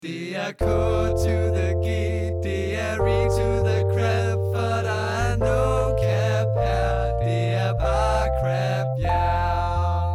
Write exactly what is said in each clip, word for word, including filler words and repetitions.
Det er K to the G, det er re to the crap, for der er no cap her, det er bare crap, yeah.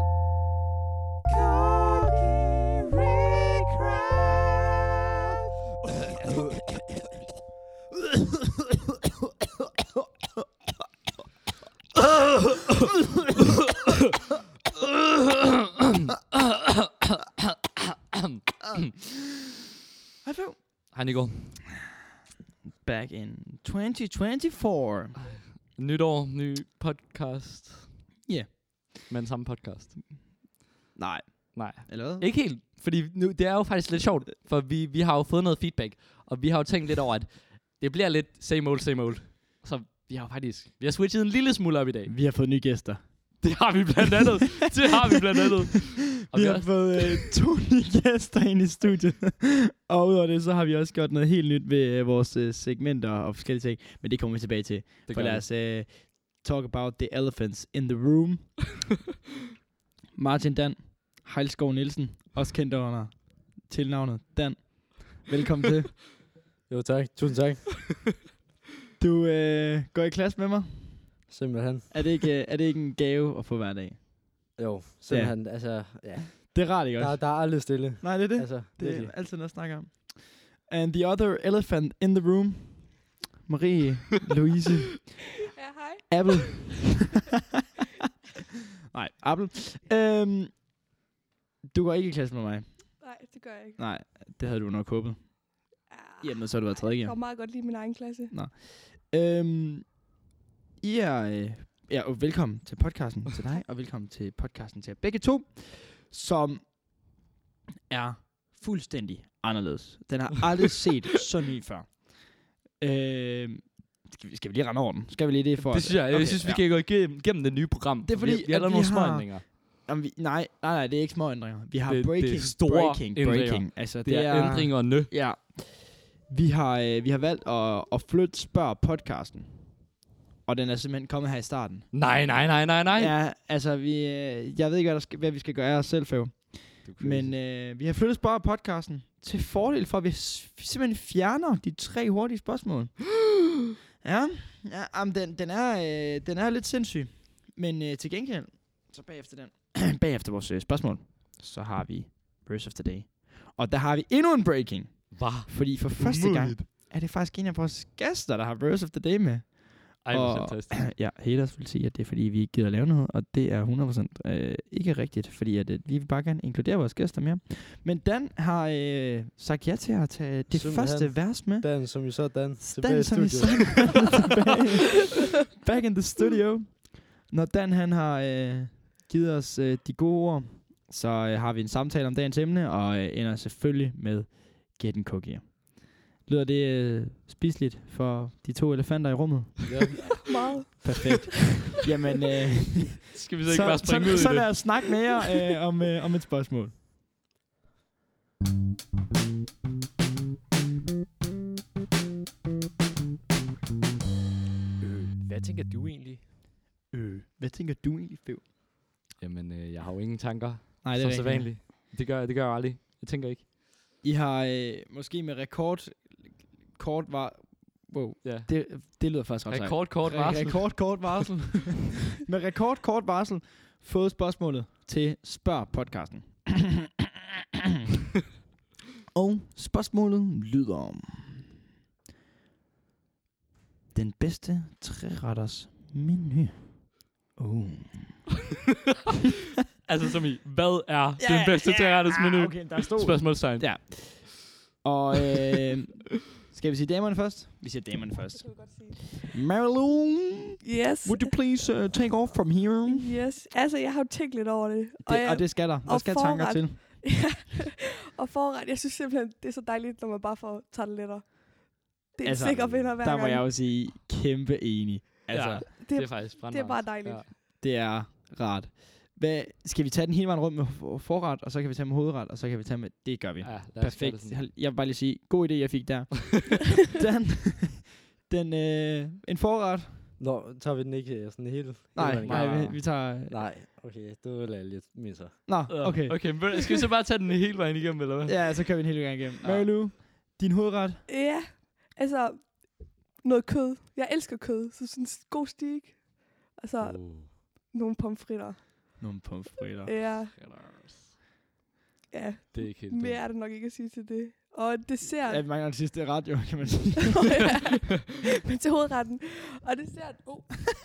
Hej Føv. Hej Nico. Back in twenty twenty-four. Nytår, ny podcast. Ja. Yeah. Men samme podcast. Nej. Nej. Eller hvad? Ikke helt, fordi nu, det er jo faktisk lidt sjovt, for vi, vi har jo fået noget feedback, og vi har jo tænkt lidt over, at det bliver lidt same old, same old. Så vi har jo faktisk, vi har switchet en lille smule op i dag. Vi har fået nye gæster. Det har vi blandt andet. Det har vi blandt andet. Og vi, vi har også fået øh, to nye gæster ind i studiet. Og udover det, så har vi også gjort noget helt nyt ved øh, vores øh, segmenter og forskellige ting. Men det kommer vi tilbage til. Det For gør lad os øh, talk about the elephants in the room. Martin Dan, Heilskov Nielsen, også kendt under tilnavnet Dan. Velkommen til. Jo tak, tusind tak. Du øh, går i klasse med mig. Simpelthen. Er det ikke, øh, er det ikke en gave at få hver dag? Jo, simpelthen, ja. altså, ja. Det er rart, ikke Der, også? der er aldrig stille. Nej, det er det. Altså, Det er virkelig. altid noget at snakke om. And the other elephant in the room. Marie Louise Ja, hej. Apple. Nej, Apple. Øhm, du går ikke i klasse med mig. Nej, det gør jeg ikke. Nej, det havde du nok håbet. Ah, Jamen, så har du været tredje jeg gear. kan meget godt lide min egen klasse. Øhm, I er... Øh, ja, og velkommen til podcasten til dig, og velkommen til podcasten til jer begge to, som er fuldstændig anderledes. Den har aldrig set så ny før. Øhm, skal, vi, skal vi lige rende over den? Skal vi lige det for Det synes jeg. Okay, Jeg synes, vi skal gå igennem, gennem det nye program. Det er fordi, vi, vi har at lavet vi nogle har- små ændringer. Jamen, vi, nej, nej, nej, det er ikke små ændringer. Vi har Det- det er breaking, store breaking, ændringer. breaking. Altså, Det, det er, er ændringerne. Ja. Vi har, øh, vi har valgt at, at flytte spørg podcasten. Og den er simpelthen kommet her i starten. Nej, nej, nej, nej, nej. Ja, altså, vi, øh, jeg ved ikke, hvad, der skal, hvad vi skal gøre af os selv, Fæv. Men øh, vi har flyttet spørg podcasten til fordel for, at vi s- simpelthen fjerner de tre hurtige spørgsmål. ja, ja jamen, den, den, er, øh, den er lidt sindssyg. Men øh, til gengæld, så bagefter den, bagefter vores øh, spørgsmål, så har vi Verse of the Day. Og der har vi endnu en breaking. Hvad? Fordi for første gang er det faktisk en af vores gæster, der har Verse of the Day med. Ej, hvor Og- fantastisk. Ja, haters vil sige, at det er fordi, vi ikke gider at lave noget, og det er hundrede procent øh, ikke rigtigt, fordi at, øh, vi vil bare gerne inkludere vores gæster mere. Men Dan har øh, sagt ja til at tage det Simpelthen. første vers med. Dan, som I så Dan, tilbage Dan, i som vi studiet. så tilbage. Back in the studio. Når Dan han har øh, givet os øh, de gode ord, så øh, har vi en samtale om dagens emne, og øh, ender selvfølgelig med Get en cookie. Lyder det øh, spiseligt for de to elefanter i rummet? Ja. Meget. Perfekt. Jamen, øh, Skal vi så ikke bare springe ud så i lad det? os snakke mere øh, om, øh, om et spørgsmål. Øh, hvad tænker du egentlig? Øh, hvad tænker du egentlig, Føv? Jamen, øh, jeg har jo ingen tanker. Nej, det er som rigtigt. sædvanligt. Det gør, det gør jeg aldrig. Jeg tænker ikke. I har øh, måske med rekord kort var... Wow, Ja. det, det lyder faktisk ret sejt. Rekord kort Re- varsel. Rekord kort varsel. med rekord kort varsel fået spørgsmålet til Spørg podcasten. Og spørgsmålet lyder om den bedste treretters menu. Oh. Altså som i, hvad er den bedste treretters menu? Okay, der stod. Spørgsmålstegn. Ja. Og øh, skal vi sige damerne først? Vi siger damerne Det først. kan du godt sige. Marilyn, Yes. would you please uh, take off from here? Yes. Altså, jeg har jo tænkt lidt over det. Det, jeg, og det skal der. Der og skal tanker forret. til. og forret, jeg synes simpelthen, det er så dejligt, når man bare får taget det lettere. Det er Altså, en sikker vinder hver Der gang. må jeg jo sige, kæmpe enig. Altså, Ja. ja. det, Det er er, faktisk det er bare dejligt. Ja. det er rart. Hvad, skal vi tage den hele vejen rundt med for- forret, og så kan vi tage med hovedret, og så kan vi tage med... Det gør vi. Ja, lad os gøre det Perfekt. sådan. Jeg vil bare lige sige, god idé, jeg fik der. den, den, øh, en forret, Nå, tager vi den ikke øh, sådan helt? Nej, hele nej, vejen vi, igennem? vi tager... Nej, okay, det vil jeg lidt mindre. Nå, okay. Okay, men skal vi så bare tage den hele vejen igennem, eller hvad? Ja, så kører vi en hel gang igennem. Ja. Mary Lou, din hovedret? Ja, altså noget kød. Jeg elsker kød, så sådan en god steak. Altså Uh. nogle pomfritter. Nogle pomfritter. Ja, ja. Det er ikke helt Mere er det nok ikke at sige til det. Og dessert. Ja, vi mangler det sidste ret, jo, kan man sige. Ja. Men til hovedretten. Og dessert. Oh.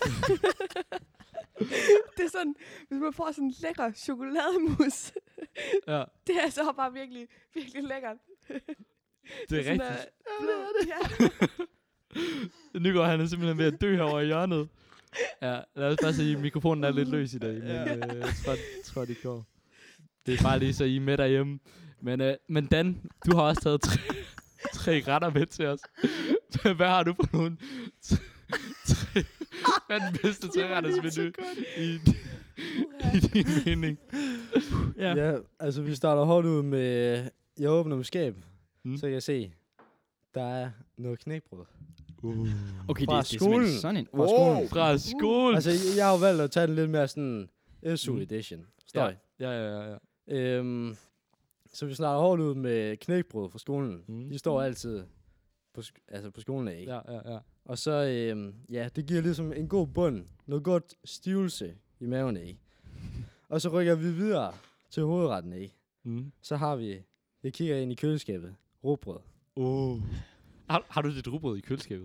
Det er sådan, hvis man får sådan en lækker chokolademus. Ja, Det er så bare virkelig, virkelig lækkert. det er Sådan, rigtigt. øh, blød. Ja. Nygaard, han er simpelthen ved at dø herovre i hjørnet. Ja, lad os bare sige, at mikrofonen er lidt løs i dag, men Ja. øh, jeg tror, tror, det går. Det er bare lige så I er med derhjemme. Men, øh, men Dan, du har også taget tre, tre retter med til os. Hvad har du for nogle tre, hvad er den bedste treretters menu i, i din mening? Ja. Ja, altså vi starter hårdt ud med, jeg åbner med skab, Mm. så kan jeg se, der er noget knækbrød. Uh. Okay, det, Fra det er simpelthen skolen. sådan en... Fra skolen. Fra skole. Altså, jeg- jeg har jo valgt at tage den lidt mere sådan S U Mm. edition. Støj. Ja, ja, ja, ja. Øhm, så vi starter hårdt ud med knækbrød fra skolen. Mm. De står altid på, sk- altså på skolen af, ikke? Ja, ja, ja. Og så, øhm, ja, det giver ligesom en god bund. Noget godt stivelse i maven, ikke? Og så rykker vi videre til hovedretten, ikke? Mm. Så har vi, jeg kigger ind i køleskabet, råbrød. Uh. Har, har du dit rugbrød i køleskabet?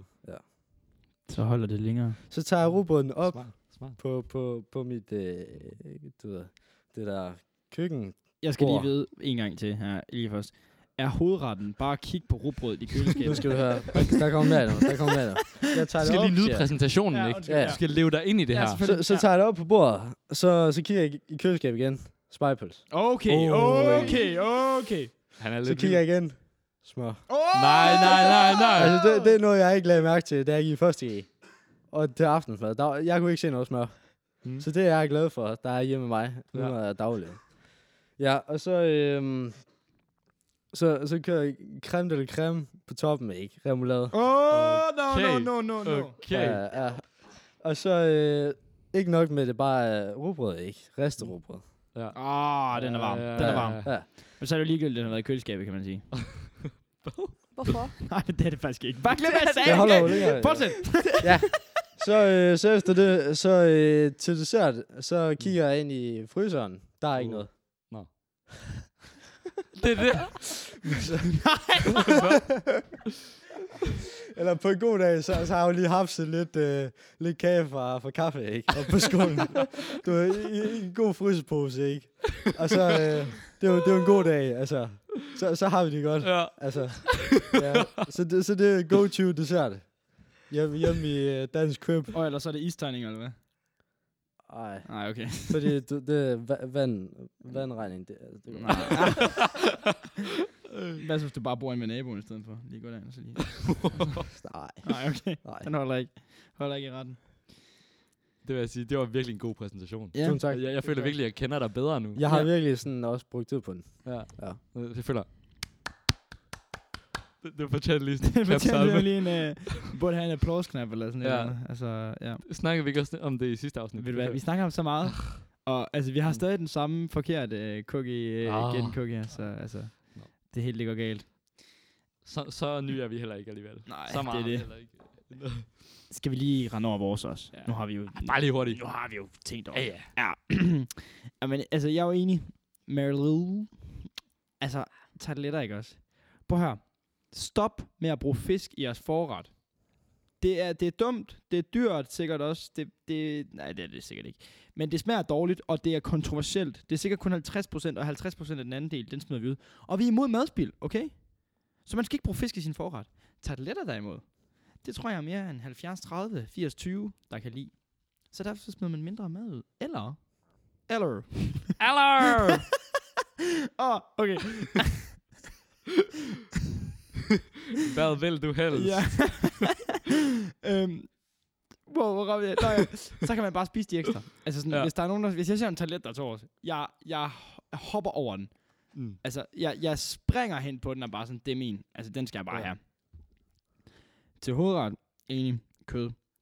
Så holder det længere. Så tager jeg råbrøden op Smart, smart. på, på, på mit, øh, du ved, det der køkken. Jeg skal lige Bord. vide en gang til her, lige først. Er hovedretten bare at kigge på rugbrødet i køleskabet? Nu skal du høre, der, der kommer mere nu, der kommer mere nu. Jeg tager Du skal det op, lige nyde siger jeg. præsentationen, Ja, ikke? undskyld, ja. Du skal leve dig ind i det Ja, her. selvfølgelig. Så, så Ja. tager jeg det op på bordet, så, så kigger jeg i, i køleskabet igen. Spejpøls. Okay, Oh. okay, okay. Han er Så lidt kigger jeg igen. Smør. Oh! Nej, nej, nej, nej. Altså, det, det er noget, jeg ikke lagde mærke til, da jeg gik første G. Og til aftensmad, der, jeg kunne ikke se noget smør. Mm. Så det er jeg glad for, der er hjemme med mig, nu Ja. når jeg er daglig. Ja, og så, øhm, så, så kører jeg creme de la creme på toppen, ikke? Remoulade. Oh, no, Okay. no, no, no, no. Okay. Ja, ja. Og så, øh, ikke nok med det, bare øh, rugbrød, ikke? Ristet rugbrød. Ja. Åh, oh, den er varm. Den er varm. Ja. Men så er det jo ligegyldigt, at den har været i køleskabet, kan man sige. Hvorfor? Nej, det er det faktisk ikke. Bare glem, hvad jeg sagde. Jeg holder jo okay? længere. Fortsæt. Ja. Så, øh, så efter det, så øh, til dessert, så kigger jeg ind i fryseren. Der er ikke Uh. noget. Det er det. Eller på en god dag, så, så har jeg jo lige hapset lidt, øh, lidt kage fra, fra kaffe, ikke? Og på skolen. Du var i, i en god frysepose, ikke? Og så, øh, det var, det var en god dag, altså. Så, så har vi det godt. Ja. Altså, ja. Så, det, så det er go-to dessert. Hjemme, hjemme i uh, Dansk Køb. Åh, oh, eller så er det isterning, eller hvad? Ej, Nej, okay. fordi det, det er va- vand, vandregning. Det, altså, det Nej. Hvad så, hvis du bare bor inde med naboen i stedet for? Lige gå derind og så lige. Nej, Nej, okay. nej. Den holder ikke. Holder ikke i retten. Det vil jeg sige, det var virkelig en god præsentation. Ja. Tusind tak. Jeg, jeg føler virkelig, at jeg kender dig bedre nu. Jeg har Ja. virkelig sådan også brugt tid på den. Ja. Ja. Jeg føler... Det, det fortæller lige sådan en Det fortæller klapsalve. jo lige en... Uh, burde have en applausknap eller sådan Ja. noget. Altså, ja. Snakkede vi ikke også om det i sidste afsnit? Ved du hvad, vi snakker om så meget. Og altså, vi har stadig den samme forkerte uh, cookie, uh, Ah. gen cookie, så altså, Nå. det er helt det går galt. Så, så ny er vi heller ikke alligevel. Nej, så meget det er det. heller ikke. Skal vi lige rende over vores også? Ja. Nu har vi jo... Bare lige hurtigt. Nu har vi jo tænkt over. Ja, ja. Ja. Jamen, altså, jeg er jo enig. Mary Lou. Altså, tarteletter, ikke også? Prøv her. Stop med at bruge fisk i jeres forret. Det er, det er dumt. Det er dyrt sikkert også. Det, det, nej, det er det sikkert ikke. Men det smager dårligt, og det er kontroversielt. Det er sikkert kun halvtreds procent, og halvtreds procent af den anden del, den smider vi ud. Og vi er imod madspil, okay? Så man skal ikke bruge fisk i sin forret. Tarteletter derimod. Det tror jeg er mere end halvfjerds tredive, firs tyve, der kan lide. Så derfor så smider man mindre mad ud. Eller... Eller... Aller! Åh, oh, okay. Hvad vil du helst? Ja. øhm, wow, hvor rammer jeg? Nå, ja. Så kan man bare spise de ekstra. Altså sådan, Ja. ja. hvis der er nogen, der, hvis jeg ser en toilet, der tår jeg, jeg hopper over den. Mm. Altså, jeg, jeg springer hen på den og bare sådan, det er min. Altså, den skal jeg bare Ja. have. Til hovedret, enig, kød.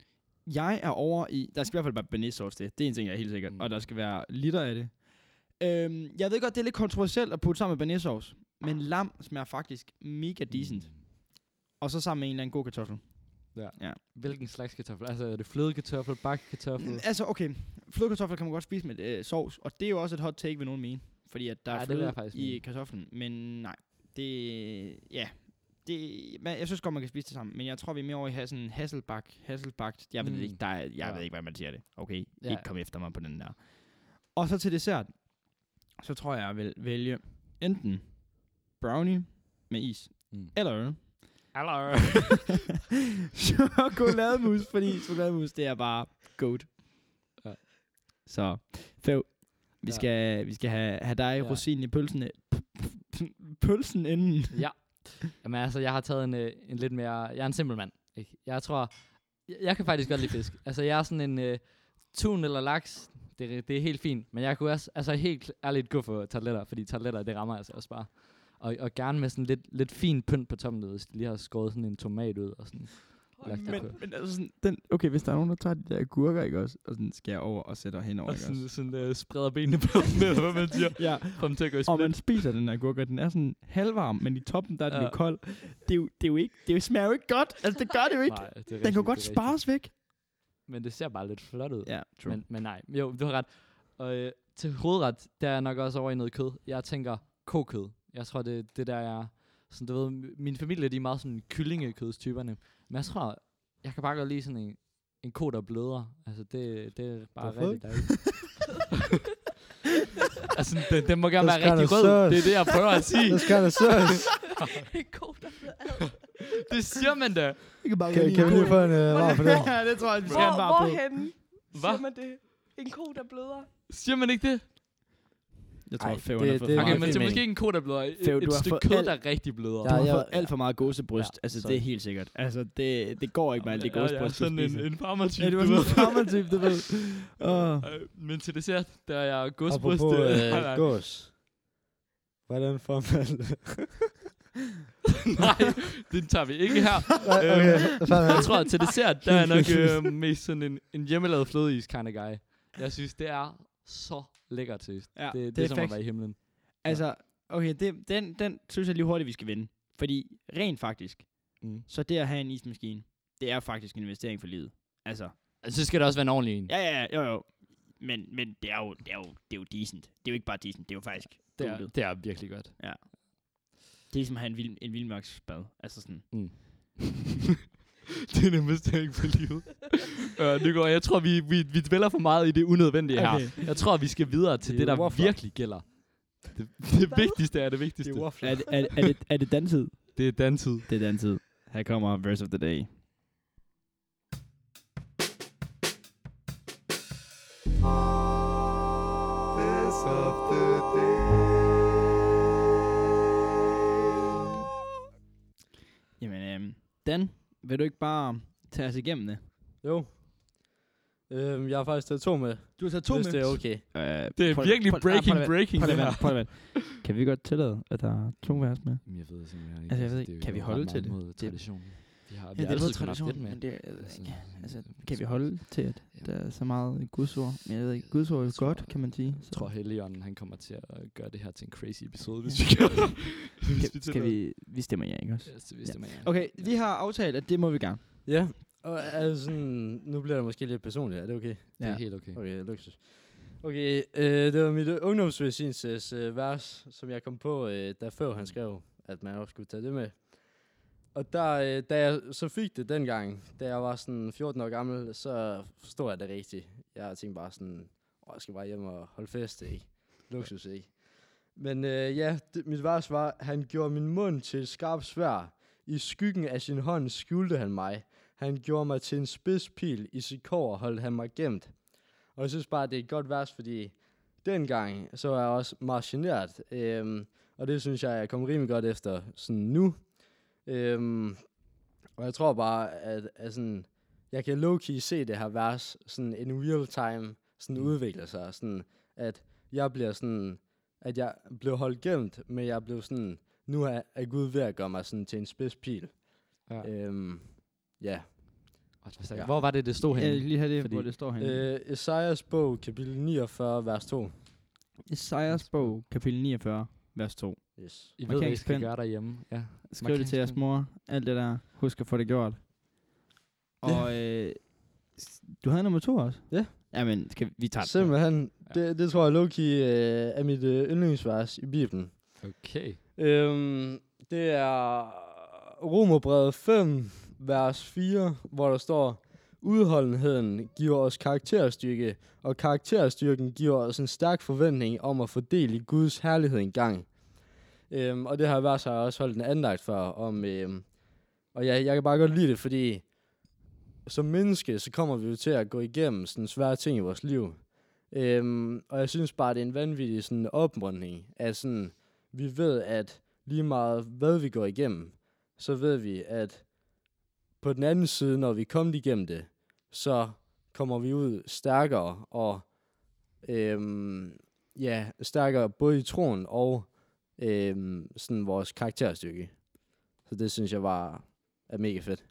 jeg er over i... Der skal i hvert fald være banæssauce til. Det er en ting, jeg er helt sikker. Mm. Mm. Og der skal være liter af det. Øhm, jeg ved godt, det er lidt kontroversielt at putte sammen med banæssauce. Men lam smager faktisk mega decent. Mm. Og så sammen med en eller anden god kartoffel. Ja. Ja. Hvilken slags kartoffel? Altså, er det flødekartoffel, bakkartoffel? Mm, altså, okay. Flødekartofler kan man godt spise med øh, sovs. Og det er jo også et hot take, vil nogen mene. Fordi at der Ja, er det vil fløde jeg faktisk i mene. kartoflen. Men nej. Det... Ja. Det, men jeg synes godt, man kan spise det sammen. Men jeg tror, vi er mere over i have sådan Hasselbak. Hasselbak. Jeg ved Mm. det ikke. Der er, jeg Ja. ved ikke, hvad man siger det. Okay. Ja. Ikke kom efter mig på den der. Og så til dessert. Så tror jeg, jeg vil vælge enten brownie med is. Mm. Eller Hello. chokolademus, fordi chokolademus, det er bare goat. Ja. Så, Fev, vi, Ja. skal, vi skal have, have dig Ja. rosinen i pølsen. Pølsen inden. Ja. Jamen altså, jeg har taget en, øh, en lidt mere... Jeg er en simpel mand, ikke? Jeg tror... Jeg, jeg kan faktisk godt lide fisk. Altså, jeg er sådan en øh, tun eller laks. Det, er- det er helt fint. Men jeg kunne også altså, helt ærligt gå for tarteletter, fordi tarteletter, det rammer altså også bare. Og, og gerne med sådan lidt, lidt fin pynt på toppen, hvis de lige har skåret sådan en tomat ud og sådan. Lagt det Men, på. men altså sådan, den, okay, hvis der er nogen, der tager de der agurker, ikke også, og sådan skærer over og sætter henover, Og ikke sådan, også? sådan uh, spreder benene på dem, eller hvad man siger. Ja, Får dem til at gå i og man split. spiser den agurk, og den er sådan halvvarm, men i toppen, der er den Ja. jo kold. Det er jo, det er jo ikke, det smager jo ikke godt. Altså, det gør det jo ikke. Nej, det er Den rigtigt, kan jo godt det er rigtigt. spares væk. Men det ser bare lidt flot ud. Ja, true. Men, men nej, jo, du har ret. Og øh, til hovedret, der er jeg nok også over i noget kød. Jeg tænker kokød. Jeg tror, det det der er... Sådan, du ved, m- min familie, de er meget sådan kyllingekødstyperne. Men jeg tror, jeg kan bare godt lide sådan en, en ko, der bløder. Altså, det, det er bare Hvorfor? rigtig dejligt. altså, den, den må gerne Der være skal rigtig der rød. sauce. Det er det, jeg prøver at sige. Det skal der søs. En god, der bliver ad. Det siger man da. Vi kan bare Kan, kan vi lige få en uh, rar for det? Ja, det tror jeg, vi skal have en Hvor, var på. hvorhenne Hva? siger man det? En ko, der bløder. Siger man ikke det? Jeg tror, Ej, Fævren det- har fået det- for Okay, meget. men det er fint, måske ikke en ko, der bløder. Et, Fev, du et har stykke fået kød, alt- der rigtig bløder. Du har Ja, fået jeg- alt for meget gåsebryst. Ja, Altså, sorry. det er helt sikkert. Altså, det, det går ikke med alt det gåsebryst, ja, du sådan en, spiser. en farmertype, Ja, det var du sådan en ved. farmertype, du ved. Uh. Øh, Men til dessert, der er jeg gåsebryst. Apropos øh, øh, nej, nej. gås. Hvordan får man... Nej, den tager vi ikke her. Nej, Øhm, okay, fair nok. Jeg tror, at til dessert, der er jeg nok øh, mest sådan en, en hjemmelavet flødeis kind of guy. Jeg synes, det er så lækkert til. Ja, det, det, det det er er som at facts. være i himlen. Altså, okay, det, den, den synes jeg lige hurtigt, vi skal vinde. Fordi rent faktisk, Mm. så det at have en ismaskine, det er faktisk en investering for livet. Altså, Altså, så skal det også være en ordentlig en. ja, ja, ja, jo, jo. Men, men det, er jo, det, er jo, det er jo decent. Det er jo ikke bare decent, det er jo faktisk Det god er, lyd. det er virkelig godt. Det er ligesom at have en, vild, en vildmarksbad. Altså sådan. Mm. det er en investering for livet. øh, Nygaard, jeg tror, vi, vi, vi dvæller for meget i det unødvendige her. Okay. Jeg tror, vi skal videre til Det er det, der waffler. virkelig gælder. Det, det vigtigste er det Det vigtigste. er waffler. Er, det- er, er, det, er det dansid? Det er dantid. Det er dansid. Her kommer verse of the day. This of the day. Jamen, øhm, Dan, vil du ikke bare tage os igennem det? Jo. Øhm, jeg har faktisk taget to med, Du har taget hvis det er okay. Øh, Det er prøv- virkelig prøv- breaking, prøv at- breaking, Prøv det lige her. at prøv lige at- Kan vi godt tillade, at der er to vers med? Jamen, jeg ved simpelthen ikke. Altså, jeg ved det ikke, er jo kan vi ret holde meget til det? mod Det- traditionen. Vi har, vi Ja, har det er altid både kun haft tradition, et med. men det, jeg ved Altså, ikke. Altså, altså, kan vi så- holde til, at Ja. der er så meget gudsord? Men jeg ved ikke, gudsord er jo tror- godt, kan man sige. Jeg Så. tror, Helligånden, han kommer til at gøre det her til en crazy episode, hvis vi kan. Hvis Skal, skal vi, vi stemmer ja, ikke også? Ja, så vi stemmer ja. Okay, vi har aftalt, at det må vi gerne. Ja, og altså sådan, nu bliver det måske lidt personligt, er det okay? Det er helt okay. Okay, luksus. Okay, øh, det var mit øh, ungdomsmedicinses øh, vers, som jeg kom på, øh, da før han skrev, at man også skulle tage det med. Og der, øh, da jeg så fik det dengang, da jeg var sådan fjorten år gammel, så forstod jeg det rigtigt. Jeg tænkte bare sådan, åh, jeg skal bare hjem og holde fest, ikke? Luksus, ikke? Men øh, ja, det, mit vers var, han gjorde min mund til et skarpt sværd. I skyggen af sin hånd skjulte han mig. Han gjorde mig til en spidspil. I sit kår holdt han mig gemt. Og jeg synes bare, det er et godt vers, fordi dengang, så var jeg også meget genert. Øhm, og det synes jeg, jeg kom rimelig godt efter sådan nu. Øhm, og jeg tror bare, at, at sådan, jeg kan low-key se det her vers sådan in real time sådan Mm. udvikle sig. Sådan, at jeg bliver sådan, at jeg blev holdt gemt, men jeg blev sådan, nu er, er Gud ved at gøre mig sådan til en spidspil. Ja. Øhm, ja. Ja. Hvor var det, det stod Ja, henne? lige her det, Fordi- hvor det står henne. Øh, Esajas bog, kapitel niogfyrre, vers to. Esajas bog, kapitel niogfyrre, vers to. Yes. I ved, hvad I Markeringspen. skal gøre derhjemme. Ja. Skriv det til jeres mor. Alt det der. Husk at få det gjort. Og øh, s- du havde nummer to også? Ja. Jamen, skal vi, vi tager det. Simpelthen, det, det tror jeg, Loki øh, er mit øh, yndlingsvers i Bibelen. Okay. Øhm, det er Romerbrevet fem, vers fire, hvor der står, udholdenheden giver os karakterstyrke, og karakterstyrken giver os en stærk forventning om at få del i Guds herlighed engang. Øhm, og det her vers har jeg også holdt en andagt for, om, øhm, og jeg, jeg kan bare godt lide det, fordi som menneske, så kommer vi jo til at gå igennem sådan svære ting i vores liv. Øhm, og jeg synes bare, det er en vanvittig sådan opmuntring, at sådan, vi ved, at lige meget hvad vi går igennem, så ved vi, at på den anden side, når vi er kommet igennem det, så kommer vi ud stærkere og øhm, ja, stærkere både i troen og øhm, sådan vores karakterstykke. Så det synes jeg var er mega fedt.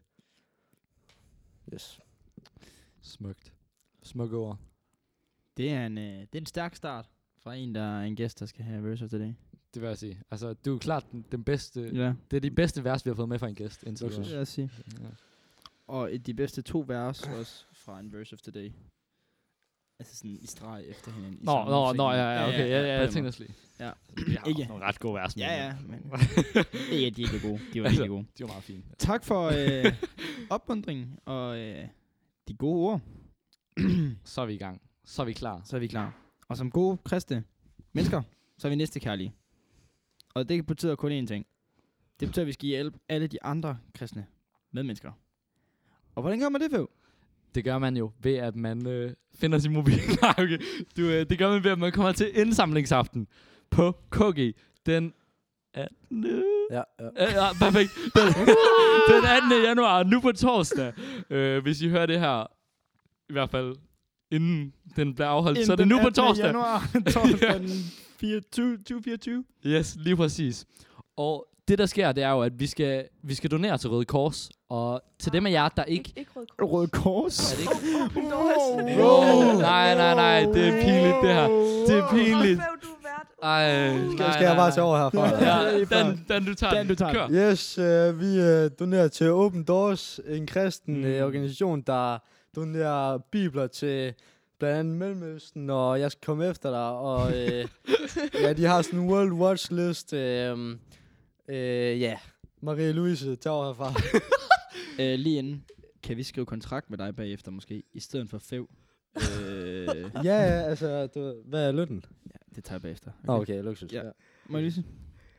Yes. Smukt. Smukke ord. Det er en, øh, det er en stærk start fra en, der er en gæst, der skal have verse of the day. Det vil jeg sige. Altså, du er klart den, den bedste... Ja, Det er de bedste vers, vi har fået med fra en gæst indtil Luksus. det vil jeg sige. Ja. Og et, de bedste to vers også fra en verse of the day. Altså sådan i streg efter hinanden. i Nå, samme nå, sætning. nå, ja, ja, okay. Ja, ja, på jeg den tænkte måde. også lige. Ja. Vi har Ikke. også nogle ret gode vers. Ja, ja, men ikke at de ikke er gode. De var Altså, rigtig gode. De var meget fine. Tak for øh, opmuntringen og øh, de gode ord. Så er vi i gang. Så er vi klar. Så er vi klar. Og som gode kristne mennesker, så er vi næste kærlige. Og det betyder kun én ting. Det betyder, at vi skal hjælpe alle de andre kristne medmennesker. Og hvordan gør man det, Fev? Det gør man jo ved, at man øh, finder sin mobil. Nej, okay. Du, øh, det gør man ved, at man kommer til indsamlingsaften på K G den attende Ja, ja. Ja, ja, perfekt. Den, den attende januar, nu på torsdag. Øh, hvis I hører det her, i hvert fald inden den bliver afholdt, så er det nu på torsdag. januar, torsdag den fireogtyvende tyve fireogtyve. Yes, lige præcis. Og det, der sker, det er jo, at vi skal, vi skal donere til Røde Kors. Og til dem af jer, der ikke... Ikke, ikke rød kors. Røde Kors. Er det ikke? Open doors. Wow. Nej, nej, nej, det er pinligt, det her. Det er pinligt. Fev, du er vært. Ej, Uh. nej, Skal, skal jeg bare tage over herfra? Ja, den, den du tager Den, du tager Kør. Yes, øh, vi øh, donerer til Open Doors, en kristen Mm. øh, organisation, der donerer bibler til blandt andet Mellemøsten, og jeg skal komme efter dig. Og øh, ja, de har sådan en World Watch List. Øh, øh, ja, Marie-Louise, tag over herfra. Øh, lige inden, kan vi skrive kontrakt med dig bagefter måske, i stedet for Fev? øh, Ja, ja, altså, du, ved, hvad er lønnen? ja, det tager jeg bagefter. Okay, okay luksus. Ja. Ja. Må jeg lige sige?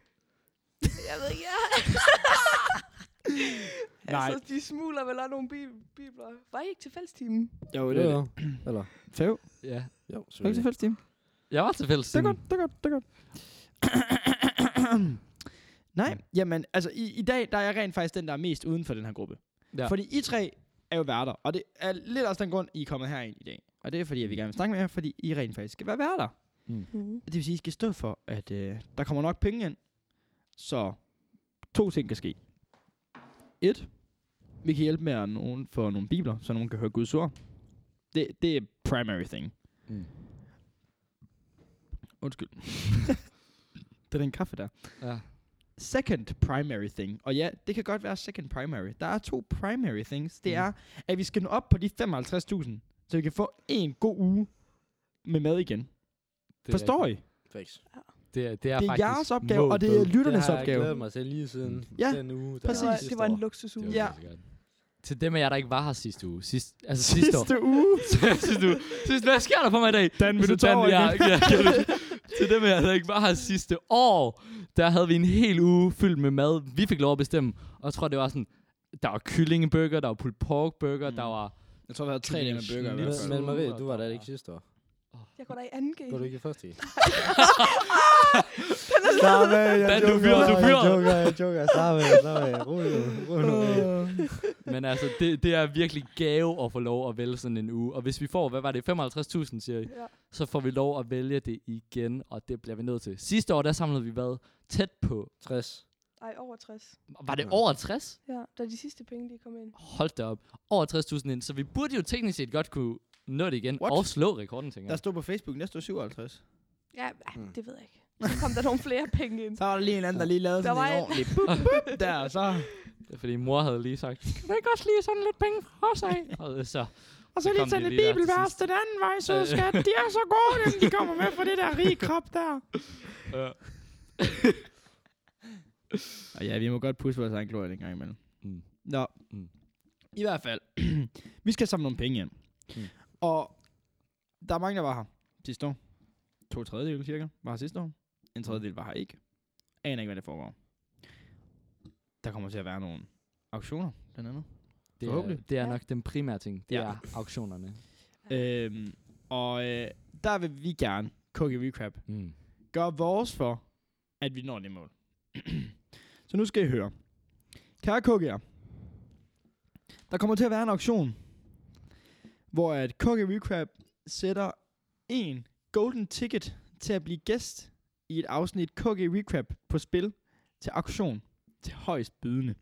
Jeg ved ikke, ja. Nej. Altså, de smugler vel også nogle bi- bibler. Var I ikke til fællestimen? Jo, Jo, jo. Eller? Fev, Ja. Jo, er du ikke selvfølgelig. tilfældig, Stine? Jeg var til fælles. Det er godt, det er godt, det er godt. Nej, jamen, altså i, i dag, der er jeg rent faktisk den, der er mest uden for den her gruppe. Ja. Ja. Fordi I tre er jo værter, og det er lidt også den grund, I er kommet herind i dag. Og det er fordi, at vi gerne vil snakke med jer, fordi I rent faktisk skal være værter. Mm. Det vil sige, at I skal stå for, at øh, der kommer nok penge ind. Så to ting kan ske. Et, vi kan hjælpe med at nogen få nogle bibler, så nogen kan høre Guds ord. Det, det er primary thing. Mm. Undskyld. Det er den kaffe der. Ja. Second primary thing. Og ja, det kan godt være second primary. Der er to primary things. Det Mm. er, at vi skal nå op på de femoghalvtreds tusind, så vi kan få en god uge med mad igen. Det er Forstår I? rigtigt. Facts. Det er, det er, Det er faktisk jeres opgave, og det er lytternes Det har jeg opgave. glædet mig til lige siden Ja, den uge. Der præcis. Det var, sidste det var en år. luksusuge. Det Ja. var virkelig godt. Til dem af jer, der ikke var her sidste uge. Sidst, altså sidste, år. Sidste uge. sidste uge. Sidste, hvad sker der for mig i dag? Dan, vil Altså, du tage over ja, igen? ja, ja, til dem af jer, der ikke var her sidste år, der havde vi en hel uge fyldt med mad. Vi fik lov at bestemme. Og jeg tror, det var sådan, der var kyllingeburger, der var pulled pork burger, Mm. der var... Jeg tror, vi havde tre dage med burger i hvert Men, fald. men Marie, du var der ikke sidste år. Jeg går der i anden G. Går du ikke i første G? Slap af, jeg Dan, du er fyret, du er fyret. Jeg joker, jeg joker. Slap af, slap af. Rolig nu, rolig nu. Men altså, det, det er virkelig gave at få lov at vælge sådan en uge. Og hvis vi får, hvad var det, femoghalvtreds tusind, siger I, Ja. så får vi lov at vælge det igen, og det bliver vi nødt til. Sidste år, der samlede vi hvad? Tæt på tres. Ej, over tres. Var det over tres? Ja, da de sidste penge, de kom ind. Hold da op. Over tres tusind ind. Så vi burde jo teknisk set godt kunne nå det igen. What? Og slå rekorden, tænker Der jeg. stod på Facebook, der stod syvoghalvtreds. Ja, Mm. mm. det ved jeg ikke. Så kom der nogle flere penge ind. Så var der lige en anden, der lige lavede Der sådan en var en- ordentlig bup, bup, der, og så... Det er fordi mor havde lige sagt, kan du ikke også lige sådan lidt penge fra os af? Og så, Og så Så lige kom tage de lidt lige der til bibelvers sidst. til den anden vej, så skat. De er så gode, dem de kommer med for det der rige krop der. ja. Og ja, vi må godt pusse vores egen glorie en gang imellem. Mm. Nå, Mm. i hvert fald. Vi skal samle nogle penge hjem. Mm. Og der er mange, der var her sidste år. To tredjedel cirka var her sidste år. En tredjedel var her ikke. Aner ikke, hvad det foregår. Der kommer til at være nogle auktioner, blandt andet. Det er, Forhåbentlig. det er Ja. nok den primære ting. Det Ja. er auktionerne. Øhm, og øh, der vil vi gerne, K G Recap, Mm. gøre vores for, at vi når det mål. Så nu skal I høre. Kære K G'er, der kommer til at være en auktion, hvor at K G Recap sætter en golden ticket til at blive gæst i et afsnit K G Recap på spil til auktion til højst bydende.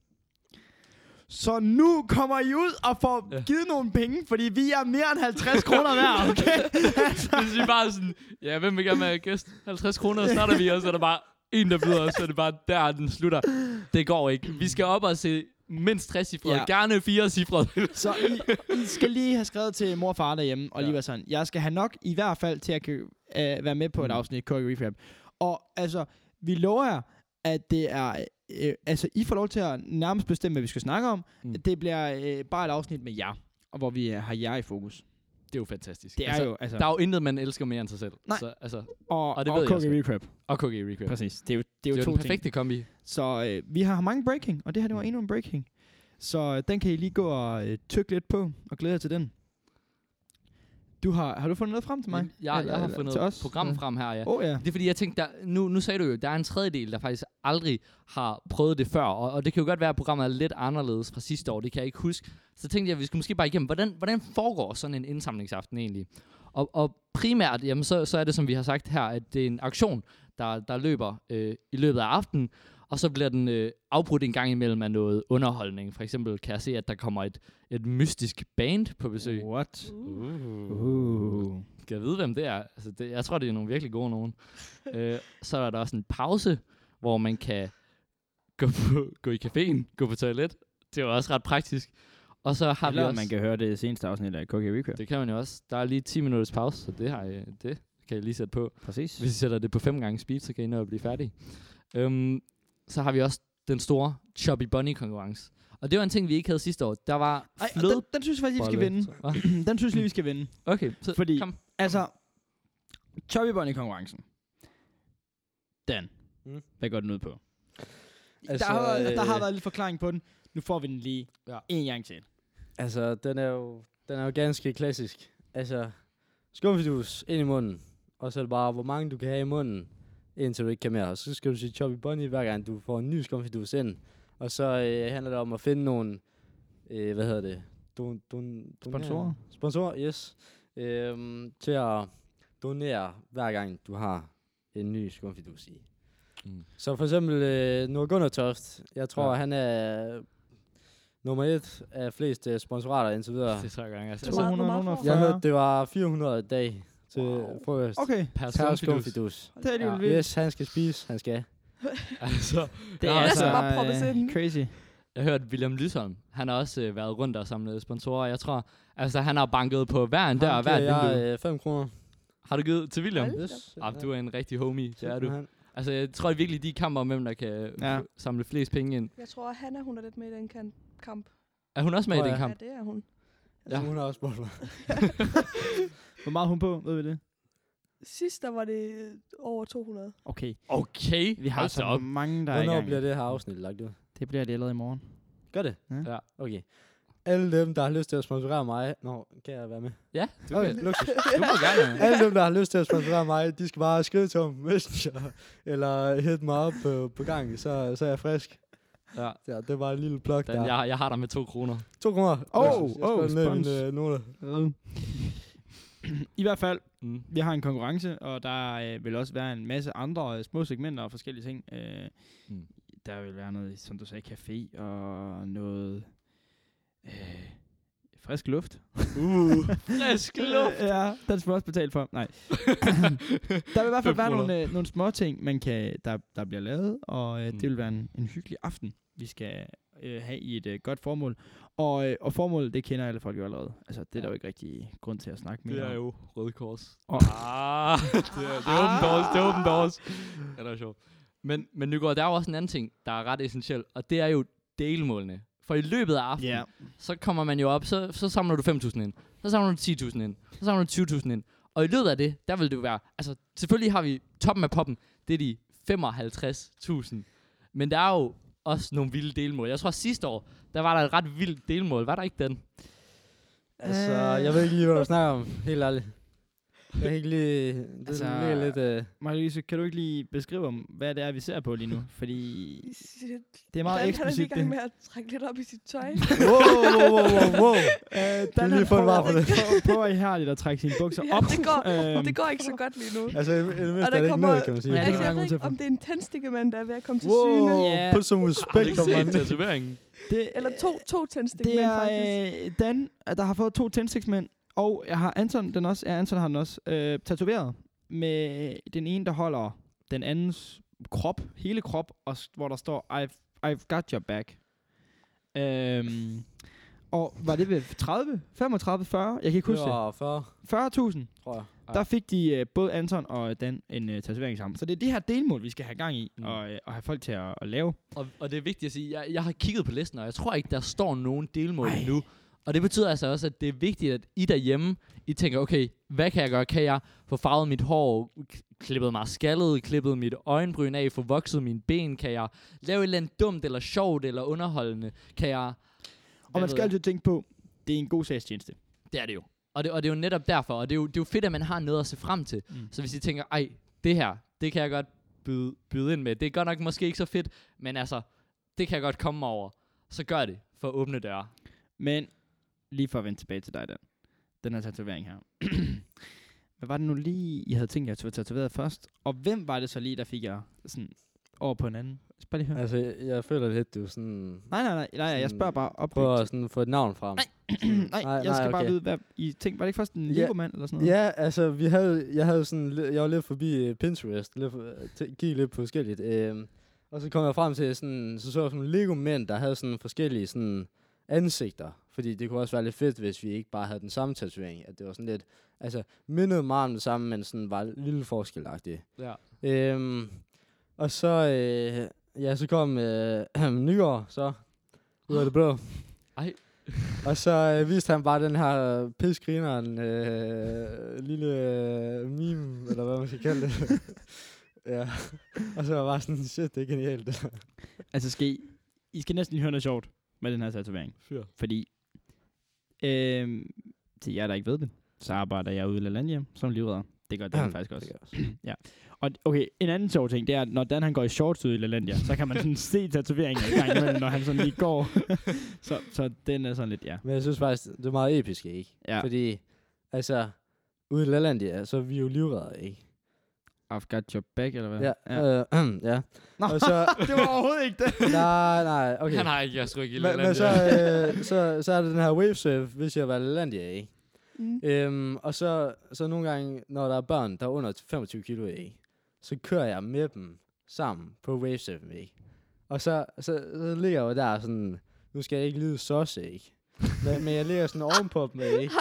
Så nu kommer I ud og får Ja. givet nogle penge, fordi vi er mere end halvtreds kroner værd, okay? Hvis vi bare sådan, ja, hvem vil gerne være gæst? halvtreds kroner starter vi, og så er der bare en, der byder, og så er det bare der, den slutter. Det går ikke. Vi skal op og se mindst tres cifre, Ja. gerne fire cifre. Så I, I skal lige have skrevet til mor og far derhjemme, og Ja. lige være sådan, jeg skal have nok i hvert fald til at kan, øh, være med på et Mm. afsnit K G Recap. Og altså, vi lover jer, at det er, øh, altså I får lov til at nærmest bestemme, hvad vi skal snakke om. Mm. Mm. Det bliver øh, bare et afsnit med jer, og hvor vi øh, har jer i fokus. Det er jo fantastisk. Det er altså, jo, altså, Der er jo intet, man elsker mere end sig selv. Nej. Så, altså, og, og det og ved K jeg G også. Recap. og K G Recap. Præcis, det er jo, det er Det jo er jo to den ting. perfekte kombi. Så øh, vi har mange breaking, og det her det var Mm. endnu en breaking. Så øh, den kan I lige gå og øh, tykke lidt på, og glæde jer til den. Du har, har du fundet noget frem til mig? Jeg, Eller- jeg har eller fundet til os? programmet frem her, ja. Åh oh, ja. Det er fordi, jeg tænkte, der, nu, nu sagde du jo, der er en tredjedel, der faktisk aldrig har prøvet det før, og, og det kan jo godt være, at programmet er lidt anderledes fra sidste år, det kan jeg ikke huske. Så tænkte jeg, at vi skulle måske bare igennem, hvordan, hvordan foregår sådan en indsamlingsaften egentlig? Og, og primært, jamen, så, så er det, som vi har sagt her, at det er en auktion, der, der løber øh, i løbet af aftenen, og så bliver den øh, afbrudt en gang imellem af noget underholdning. For eksempel kan jeg se, at der kommer et, et mystisk band på besøg. What? Uh. Uh. Skal jeg vide, hvem det er? Altså, det, jeg tror, det er nogle virkelig gode nogen. øh, så er der også en pause, hvor man kan gå, på, gå i caféen, gå på toilet. Det er jo også ret praktisk. Og så har Eller vi også... man kan høre det seneste afsnit af K G Recap. Det kan man jo også. Der er lige ti minutters pause, så det, har jeg, det kan jeg lige sætte på. Præcis. Hvis I sætter det på fem gange speed, så kan I nå at blive færdige. Um, så har vi også den store Chubby Bunny konkurrence. Og det var en ting, vi ikke havde sidste år. Der var Ej, og flød... den, den synes jeg faktisk, vi skal vinde. Hva? Den synes jeg lige, vi skal vinde. Okay, så Fordi- kom. Altså, Chubby Bunny-konkurrencen. Dan. Mm. Hvad går den ud på? Altså, der, har, været- der har øh, været lidt forklaring på den. Nu får vi den lige Ja. en gang til. Altså, den er jo, den er jo ganske klassisk. Altså, skumfidus ind i munden, og så er det bare, hvor mange du kan have i munden, indtil du ikke kan mere. Og så skal du sige Chubby Bunny, hver gang du får en ny skumfidus ind. Og så øh, handler det om at finde nogle, øh, hvad hedder det? Don, don, Sponsorer. Sponsorer, yes. Øhm, til at donere, hver gang du har en ny skumfidus i. Mm. Så for eksempel øh, Nord Gunnar Toft. Jeg tror, Ja. ja. han er nummer et af flest øh, sponsorater indtil videre. Det tror jeg gang. Altså, To meget- to hundrede, hvor meget fyrre. Jeg hørte, det var fire hundrede i dag til Wow. wow. frokost. Okay, per Per skumfidus. skumfidus. det er det jo Ja. vildt. Yes, han skal spise, han skal. Altså, Det Jeg er har altså også bare proppes øh, ind. crazy. jeg har hørt William Lysholm. Han har også øh, været rundt og samlet sponsorer. Jeg tror, altså han har banket på hver en dør og Ham hver et giver vindue. jeg øh, fem kroner. Har du givet til William? Hold da Yes. Ah, du er en rigtig homie, det er du. Han. Altså, jeg tror virkelig, de kamper om, hvem der kan Ja. ja. samle flest penge ind. Jeg tror, at Hanna, hun er lidt med i den kan- kamp. Er hun også med Tror i den jeg. kamp? Ja, det er hun. Altså, Ja. hun har også spurgt mig. Hvor meget er hun på, ved vi det? Sidst, der var det øh, over to hundrede. Okay. Okay, Vi har hold da så op. mange, der er i Hvornår gang. bliver det her afsnit lagt ud? Det bliver det allerede i morgen. Gør det? Ja. Okay. Alle dem, der har lyst til at sponsorere mig... Nå, kan jeg være med? Ja, du, Okay, kan, luksus. du må gerne. Alle dem, der har lyst til at sponsorere mig, de skal bare skrive til mig på Messenger, eller hit mig op på, på gang, så, så er jeg frisk. Ja. Ja, det var en lille plug Den, der. jeg, jeg har dig med to kroner. To kroner. Oh, Jeg skriver oh, det ned i spons. mine, øh, noter. I hvert fald, Mm. vi har en konkurrence, og der øh, vil også være en masse andre øh, små segmenter og forskellige ting. Øh, Mm. der vil være noget, som du sagde, café og noget øh, frisk luft. Uh, frisk luft. Ja, den skal man også betale for. Nej. Der vil i hvert fald Fem være kroner. nogle, øh, nogle små ting, man kan, der, der bliver lavet, og øh, Mm. det vil være en, en hyggelig aften, vi skal øh, have i et øh, godt formål. Og, øh, og formålet, det kender alle folk jo allerede. Altså, det er der jo ikke rigtig grund til at snakke mere Det er om. jo Røde Kors. Og- Ah, det er, det er open doors, det er open doors. Ja, det er sjovt. Men, men Nygaard, der er jo også en anden ting, der er ret essentiel, og det er jo delmålene. For i løbet af aftenen, Ja. så kommer man jo op, så, så samler du fem tusind ind, så samler du ti tusind ind, så samler du tyve tusind ind. Og i løbet af det, der vil det jo være, altså selvfølgelig har vi toppen af poppen, det er de femoghalvtreds tusind. Men der er jo også nogle vilde delmål. Jeg tror sidste år, der var der et ret vildt delmål. Var der ikke den? Altså, jeg ved ikke lige, hvad du snakker om, helt ærligt. Jeg kan ikke lige... Det Altså, altså, ligger lidt... Øh, Marie-Louise, kan du ikke lige beskrive, om, hvad det er, vi ser på lige nu? Fordi Shit. det er meget Dan, han er lige i eksplicit. gang Det. med at trække lidt op i sit tøj. wow, wow, wow, wow, wow. Øh, Dan, lige han få en var prøver, for det. prøver, prøver ihærdigt at trække sine bukser Ja, op. det går, Øhm, det går ikke så godt lige nu. Altså, i det mindste Og er der det ikke kommer- noget, kan man sige. Ja, Ja, det altså, kan jeg man ved gå ikke, til om det er en tændstikkemand, der er ved at komme til Wow, syne. Ja. put some Har du respect ikke on set my... tatoveringen? det, Eller to, to det tændstikmænd, faktisk. er øh, Dan, der har fået to tændstiksmænd, og jeg har Anton, den også, ja, Anton har den også, øh, tatoveret med den ene, der holder den andens krop, hele krop, og s- hvor der står, I've, I've got your back. Øhm, og var det ved tredive, femogtredive, fyrre? Jeg kan ikke huske det. Ja, fyrre, fyrre tusind. tror jeg. Ja. Der fik de øh, både Anton og Dan en øh, tatovering sammen. Så det er det her delmål, vi skal have gang i, Mm. mm. og, øh, og have folk til at, at lave. Og, og det er vigtigt at sige, jeg, jeg har kigget på listen, og jeg tror ikke, der står nogen delmål Ej. endnu. Og det betyder altså også, at det er vigtigt, at I derhjemme, I tænker, okay, hvad kan jeg gøre? Kan jeg få farvet mit hår, k- klippet mig skaldet, klippet mit øjenbryn af, få vokset mine ben? Kan jeg lave et eller andet dumt, eller sjovt, eller underholdende? Kan jeg... Og hvad man ved skal jeg? altid tænke på, det er en god sagstjeneste. Det er det jo. Og det, og det er jo netop derfor, og det er jo, det er jo fedt, at man har noget at se frem til. Mm. Så hvis I tænker, ej, det her, det kan jeg godt byde, byde ind med. Det er godt nok måske ikke så fedt, men altså, det kan jeg godt komme over. Så gør det for at åbne døre. Men lige for at vende tilbage til dig, Dan. Den her tatovering her. Hvad var det nu lige, I havde tænkt jer at få tatoveret først? Og hvem var det så lige, der fik jer sådan over på en anden? Jeg skal bare lige høre. Altså, jeg, jeg føler lidt, du sådan... Nej, nej, nej, nej, jeg sådan spørger bare op. Prøver at sådan få et navn frem. Nej. nej, Nej, jeg nej, skal bare okay. vide, hvad I tænkte. Var det ikke først en Ja. Lego-mand eller sådan noget? Ja, altså, vi havde, jeg havde sådan, li- jeg var lidt forbi uh, Pinterest, lidt, for- t- kiggede lidt på forskelligt. Øhm, og så kom jeg frem til sådan, så så jeg sådan nogle Lego-mænd, der havde sådan forskellige sådan ansigter. Fordi det kunne også være lidt fedt, hvis vi ikke bare havde den samme tatovering. At det var sådan lidt, altså, mindede meget om det samme, men sådan var en lille forskelagtigt. Ja. Øhm, og så, øh, ja, så kom øh, Nygaard, så ud af det blå. Ej. Og så øh, viste han bare den her pisgrineren øh, lille øh, meme, eller hvad man skal kalde det. Ja. Og så var jeg bare sådan, shit, det er genialt. Det der. Altså, skal I, I skal næsten lige høre noget sjovt med den her tatovering. Fyr. Fordi, øhm, til jer, der ikke ved det, så arbejder jeg ude i LaLandia som livredder. Det gør Dan faktisk også. også. Og okay, en anden sjov ting, det er, at når Dan han går i shorts ude i LaLandia, så kan man sådan se tatoveringer i gang imellem, når han sådan lige går. så, så den er sådan lidt, ja. Men jeg synes faktisk, det er meget episk, ikke? Ja. Fordi, altså, ude i Lalandia, så er vi jo livredder, ikke? I've got your back, eller hvad? Ja. ja. Øh, ja. Nå, Og så, det var overhovedet ikke det. nej, nej, okay. Han har ikke jeres ryg i Men, men så, øh, så, så er det den her wavesurf, hvis jeg var Lalandia, ikke? Mm. Øhm, og så, så nogle gange, når der er børn, der er under femogtyve kilo, ikke? Så kører jeg med dem sammen på wavesurfen, ikke? Og så, så, så ligger jeg jo der sådan, nu skal jeg ikke lyde såse, ikke? Men, men jeg ligger sådan ovenpå dem, ikke?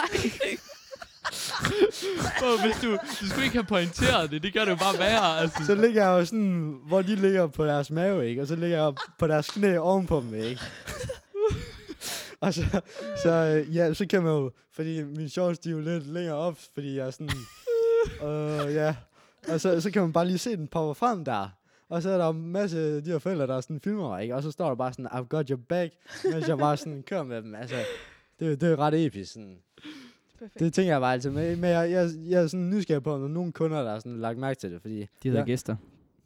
Oh, hvis du, du skulle ikke have pointeret det, det gør det jo bare værre. Altså. Så ligger jeg jo sådan, hvor de ligger på deres mave, ikke? Og så ligger jeg på deres knæ ovenpå dem, ikke? Og så, så, øh, ja, så kan man jo, fordi min shorts, de er jo lidt længere op, fordi jeg er sådan, øh, ja. Og så, så kan man bare lige se den poppe frem der. Og så er der en masse af de her forældre, der sådan filmer mig, ikke? Og så står der bare sådan, I've got your back, mens jeg bare sådan kører med dem. Altså, det, det er ret episk, sådan. Perfekt. Det tænker jeg bare altid med, men jeg, jeg, jeg er sådan nysgerrig på, om der er nogle kunder, der har sådan lagt mærke til det, fordi... De hedder jeg, gæster.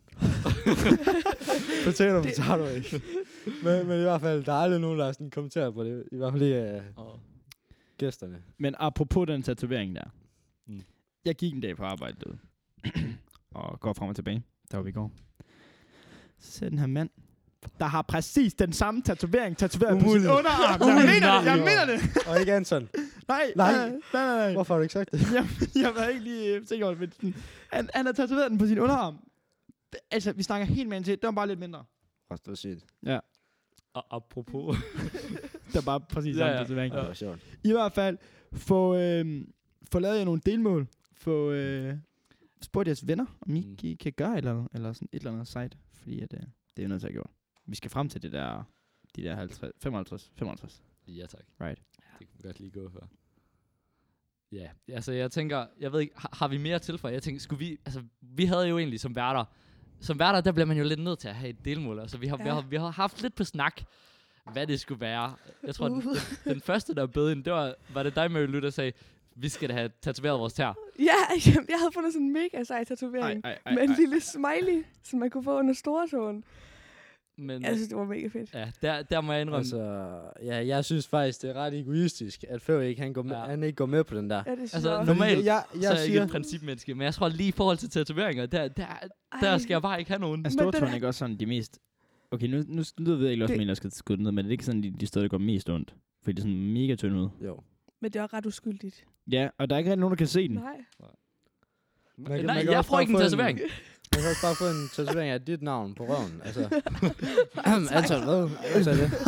Potato, potato, ikke? men, men i hvert fald, der er aldrig nogen, der har sådan kommenteret på det. I hvert fald ikke uh, Oh. gæsterne. Men apropos den tatovering der. Mm. Jeg gik en dag på arbejde derude. og går frem og tilbage. Der var vi i går. Så ser jeg den her mand der har præcis den samme tatovering tatoveret på sin Umuligt. underarm. Jeg mener det, jeg mener det. Og ikke Anton. Nej, Nej. nej, nej, nej. nej. Hvorfor har du ikke sagt det? jeg, jeg var ikke lige sikker over det, men sådan, han, han har tatoveret den på sin underarm. Altså, vi snakker helt med en til. Det var bare lidt mindre. Åh, det var sygt. Ja. Og apropos. Det var bare præcis Ja, samme ja. tatovering. Det var sjovt. I hvert fald, få, øh, få lavet jer nogle delmål. Få øh, spurgt jeres venner, om I, Mm. I kan gøre et eller andet, eller sådan et eller andet site. Fordi at, øh, det er jo noget, til at gøre. Vi skal frem til det der, de der halvtreds, femoghalvtreds, femoghalvtreds. Ja, tak. Right. Det kan vi godt lige gå for. Ja, altså jeg tænker, jeg ved ikke, har, har vi mere til for? Jeg tænker, skulle vi, altså vi havde jo egentlig som værter, som værter, der bliver man jo lidt nødt til at have et delmål. Altså vi har, ja. vi har, vi har haft lidt på snak, hvad det skulle være. Jeg tror, Uh. den, den, den første, der bød ind, det var, var det dig, Mary Lou, der sagde, vi skal da have tatoveret vores tær. Ja, jamen, jeg havde fundet sådan en mega sej tatovering. Ej, ej, ej, Med en ej. lille smiley, som man kunne få under storetåen. Men Jeg synes, det var mega fedt. ja, der, der må jeg indrømme, Altså, ja, jeg synes faktisk, det er ret egoistisk, at Føv ikke, han, går med, Ja. han ikke går med på den der. Ja, det synes Altså, jeg også. normalt, jeg, jeg, så er jeg jeg ikke siger, et principmenneske, men jeg tror lige i forhold til tatoveringer, der, der, der Ej. skal jeg bare ikke have nogen. Er Men stortåen den er- ikke også sådan de mest... Okay, nu, nu, nu ved jeg ikke også, Det- men jeg skal skudde ned, men det er ikke sådan de, de steder, der går mest ondt. Fordi det er sådan mega tyndt ud. jo. Men det er ret uskyldigt. Ja, og der er ikke rigtig nogen, der kan se den. Nej. Man kan- Nej, man kan jeg også får bare ikke en få en- tatovering. Man kan også bare få en tatovering af dit navn på røven. Altså, Anton, hvad? Hvad sagde det?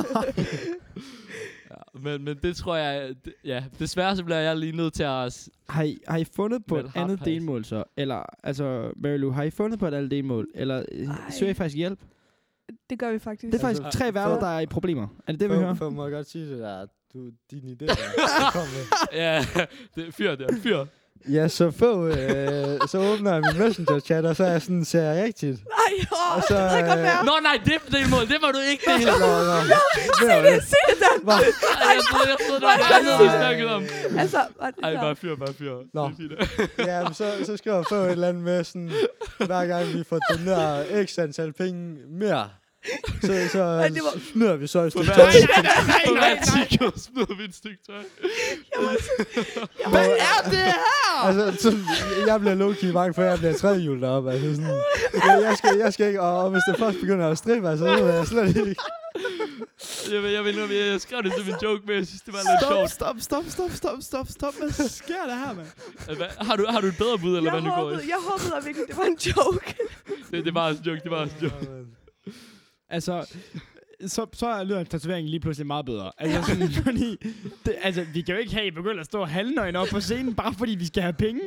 Ja, men, men det tror jeg, det, ja, desværre så bliver jeg lige nødt til at... s- Har I, har I fundet på Med et et hard andet pass. delmål så? Eller, altså, Mary Lou, har I fundet på et andet delmål? Eller øh, Ej. søger I faktisk hjælp? Det gør vi faktisk. Det er faktisk Altså, tre værter, for- der er i problemer. Er det det, vi Føv, hører? Føv, må jeg godt sige det der, du, din idé der. Kom med. Ja, det er fyr, det er fyr. Ja, så få, øh, så åbner jeg min messenger-chat, og så er jeg sådan, ser jeg rigtigt. Nej, åh, Og så, det kan godt øh, være. Nå nej, det er det mål, det var du ikke det. Nå, nå. Se det, se det der. Hvad? Ej, jeg troede, jeg troede, det var det andet, vi snakkede om. Altså, Ej, bare fyr, bare fyr. Nå. Det er fint. Ja, men så, så skriver Føv et eller andet med sådan, hver gang vi får doneret x antal penge mere, så, så Ej, det var- smider vi så et På stykke hver, tøj. på hver tikker smider vi et stykke tøj. Hvad er det her? Altså, sådan, jeg bliver low-key bange for, at jeg bliver tredjehjulet deroppe. Altså, sådan, jeg, jeg, skal, jeg skal ikke, og, og hvis det først begynder at strippe, altså, så vil jeg slet ikke. Jeg, vil, jeg, vil, jeg, jeg skrev det som en joke, men jeg synes, det var lidt Stop, sjovt. stop, stop, stop, stop, stop, stop. Hvad sker der her, mand? Hvad, har, du, har du et bedre bud, eller Jeg hvad nu går håbede, i? jeg håbede at virkelig, det var en joke. Det, det var også en joke, det var også en joke. Altså, så, så er lyder tatoveringen lige pludselig meget bedre. Altså, sådan, fordi, det, altså, vi kan jo ikke have, I begynder at stå halvnøgne op på scenen, bare fordi vi skal have penge.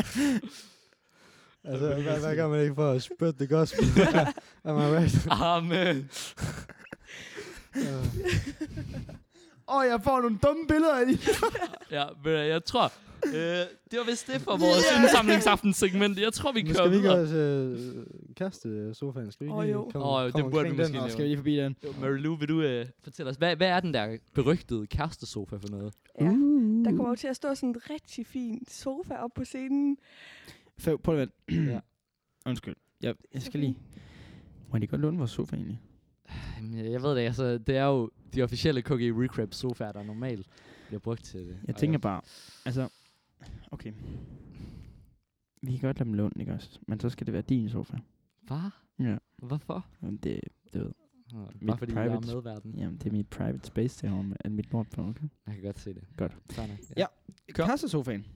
Altså, hvad, hvad gør man ikke for at spytte det gospel? Am I right? Amen. Ja. Åh, oh, jeg får nogle dumme billeder af de. Ja, men jeg tror, øh, det var vist det for vores yeah. indsamlingsaftensegment. Jeg tror, vi Nu kører skal vi ikke videre. også øh, kaste sofaen? Skal vi ikke Åh, lige jo. komme, Åh, det komme burde vi omkring måske den? Nå, skal vi lige forbi den? Mary Lou, vil du øh, fortælle os, hvad, hvad er den der berygtede kærestesofa for noget? Ja, der kommer jo til at stå sådan en rigtig fin sofa op på scenen. Fæv, prøv at vente. Ja. Undskyld. Jeg, jeg skal lige... Må de godt låne vores sofa egentlig? Jamen, jeg ved det, altså, det er jo de officielle K G Recrap sofaer, der normalt bliver brugt til det. Jeg Og tænker bare... Altså... Okay. Vi kan godt lade dem låne, ikke også? Men så skal det være din sofa. Hvad? Ja. Hvorfor? Jamen, det, det ved Nå, bare Mit fordi jeg er private- medverden. Jamen, det er mit private space til ham, at mit lort på, okay? Jeg kan godt se det. Godt. Fair nok. Ja. Kør. Kassesofaen.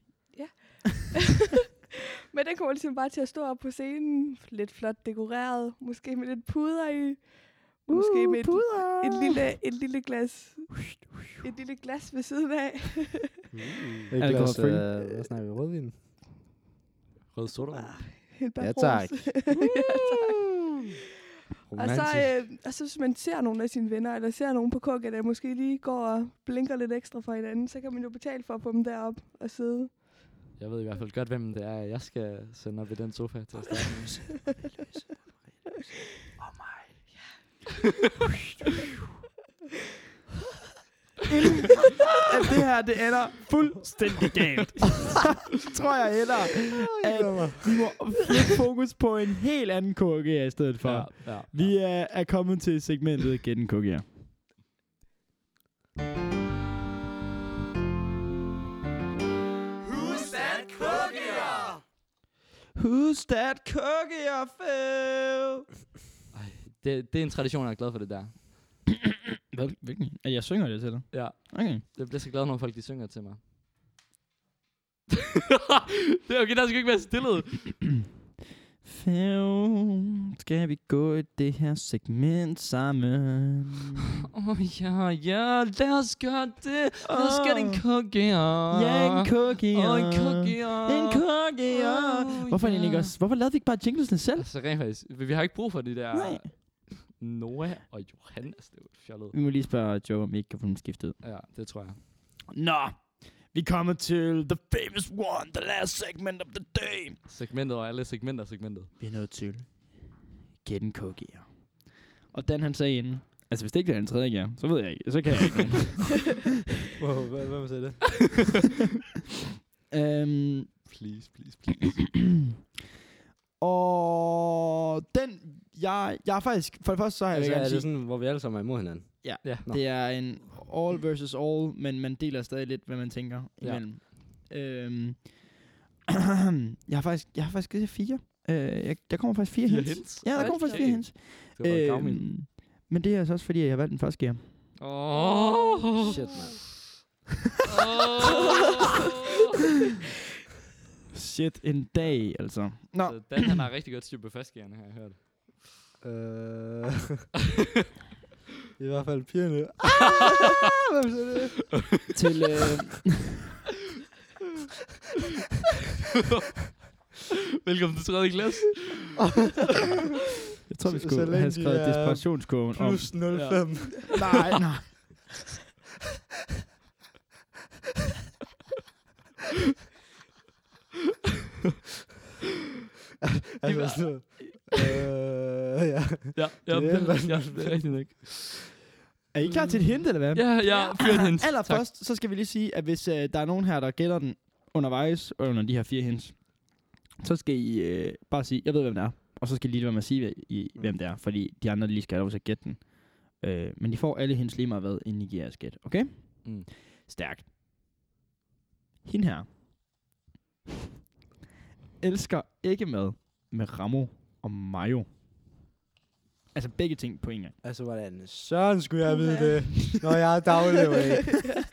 Men den kommer ligesom bare til at stå op på scenen. Lidt flot dekoreret. Måske med lidt puder i. Måske med et, et, lille, et lille glas. Et lille glas ved siden af. Et Er det glas, gået øh, free? hvad snakker vi? Rødvin? Rød sodavand. En Ja, Barbaros. tak. Og så, øh, og så hvis man ser nogle af sine venner, eller ser nogen på K G, der måske lige går og blinker lidt ekstra for hinanden, så kan man jo betale for at få dem derop og sidde. Jeg ved i hvert fald godt, hvem det er, jeg skal sende op i den sofa til at starte med. At det her, det ender fuldstændig galt. Tror jeg ender, at vi må flytte fokus på en helt anden K G i stedet for. Ja, ja. Vi er, er kommet til segmentet Gen K G'er. Who's that cookier? Who's that K G'er, Phil? Ej, Det, det er en tradition, jeg er glad for det der. Hvad? Hvilken? At jeg synger det til dig? Ja. Okay. Jeg bliver så glad, når folk de synger til mig. Det er okay, der skal ikke være stillet. Fem, skal vi gå i det her segment sammen? Åh, oh, ja, ja, lad os gøre det. Lad os gøre en cookie. Ja, en cookie. Åh, en cookie. En cookie. Oh, Hvorfor egentlig ikke også? Hvorfor lavede vi ikke bare jinglesene selv? Altså rent faktisk, vi har ikke brug for det der. Nej. Noah og Johannes, det er jo fjollet. Vi må lige spørge Joe, om vi ikke kan få dem skiftet ud. Ja, det tror jeg. Nå, vi kommer til the famous one, the last segment of the day. Segmentet og alle segmenter segmentet. Vi er nødt til get en cookie. Og Dan han sagde inden, altså hvis det ikke er en tredje gear, så ved jeg ikke, så kan jeg ikke. Wow, hvad, hvad sagde det? øhm, Please, please, please. og den, jeg, jeg er faktisk, for det første så har jeg Altså, vil er gerne det sige, sådan, hvor vi alle sammen er imod hinanden? ja, Ja. Nå. det er en all versus all, men man deler stadig lidt, hvad man tænker Ja. imellem. Øhm, jeg har faktisk, jeg har faktisk givet jer fire. Øh, jeg, der kommer faktisk fire, Fire hints. hints? Ja, der kommer faktisk fire hints. Det var bare gavmild. Øhm, men det er altså også fordi, jeg har valgt den første gear. Åh. Shit, mand. Shit, en dag, altså. Nå, Så Dan, han har rigtig godt styr på førstgærende, har jeg hørt. Øh, I hvert fald pigerne. Hvem sagde det? til... Øh, Velkommen til tredje klasse. jeg tror, vi Så- skulle så have længe de skrevet er desperationskurven om... Plus nul komma fem. Nej, nej. Altså sådan noget. Øh, ja. Ja, ja, Det er det, ellers- ja, det er rigtigt nok. Er I klar til et hint, eller hvad? Ja, ja, fyr et hint. Allerførst, så skal vi lige sige, at hvis øh, der er nogen her, der gætter den undervejs, under de her fire hints, så skal I øh, bare sige, jeg ved, hvem det er. Og så skal I lige være med at sige, I, hvem det er, fordi de andre lige skal have lov til at gætte den. Øh, men de får alle hints lige meget hvad, inden I giver jeres gæt. Okay? Mm. Stærkt. Hende her elsker ikke mad med ramo og mayo. Altså begge ting på en gang. Altså, hvordan søren skulle jeg vide det, når jeg er daglever, ikke?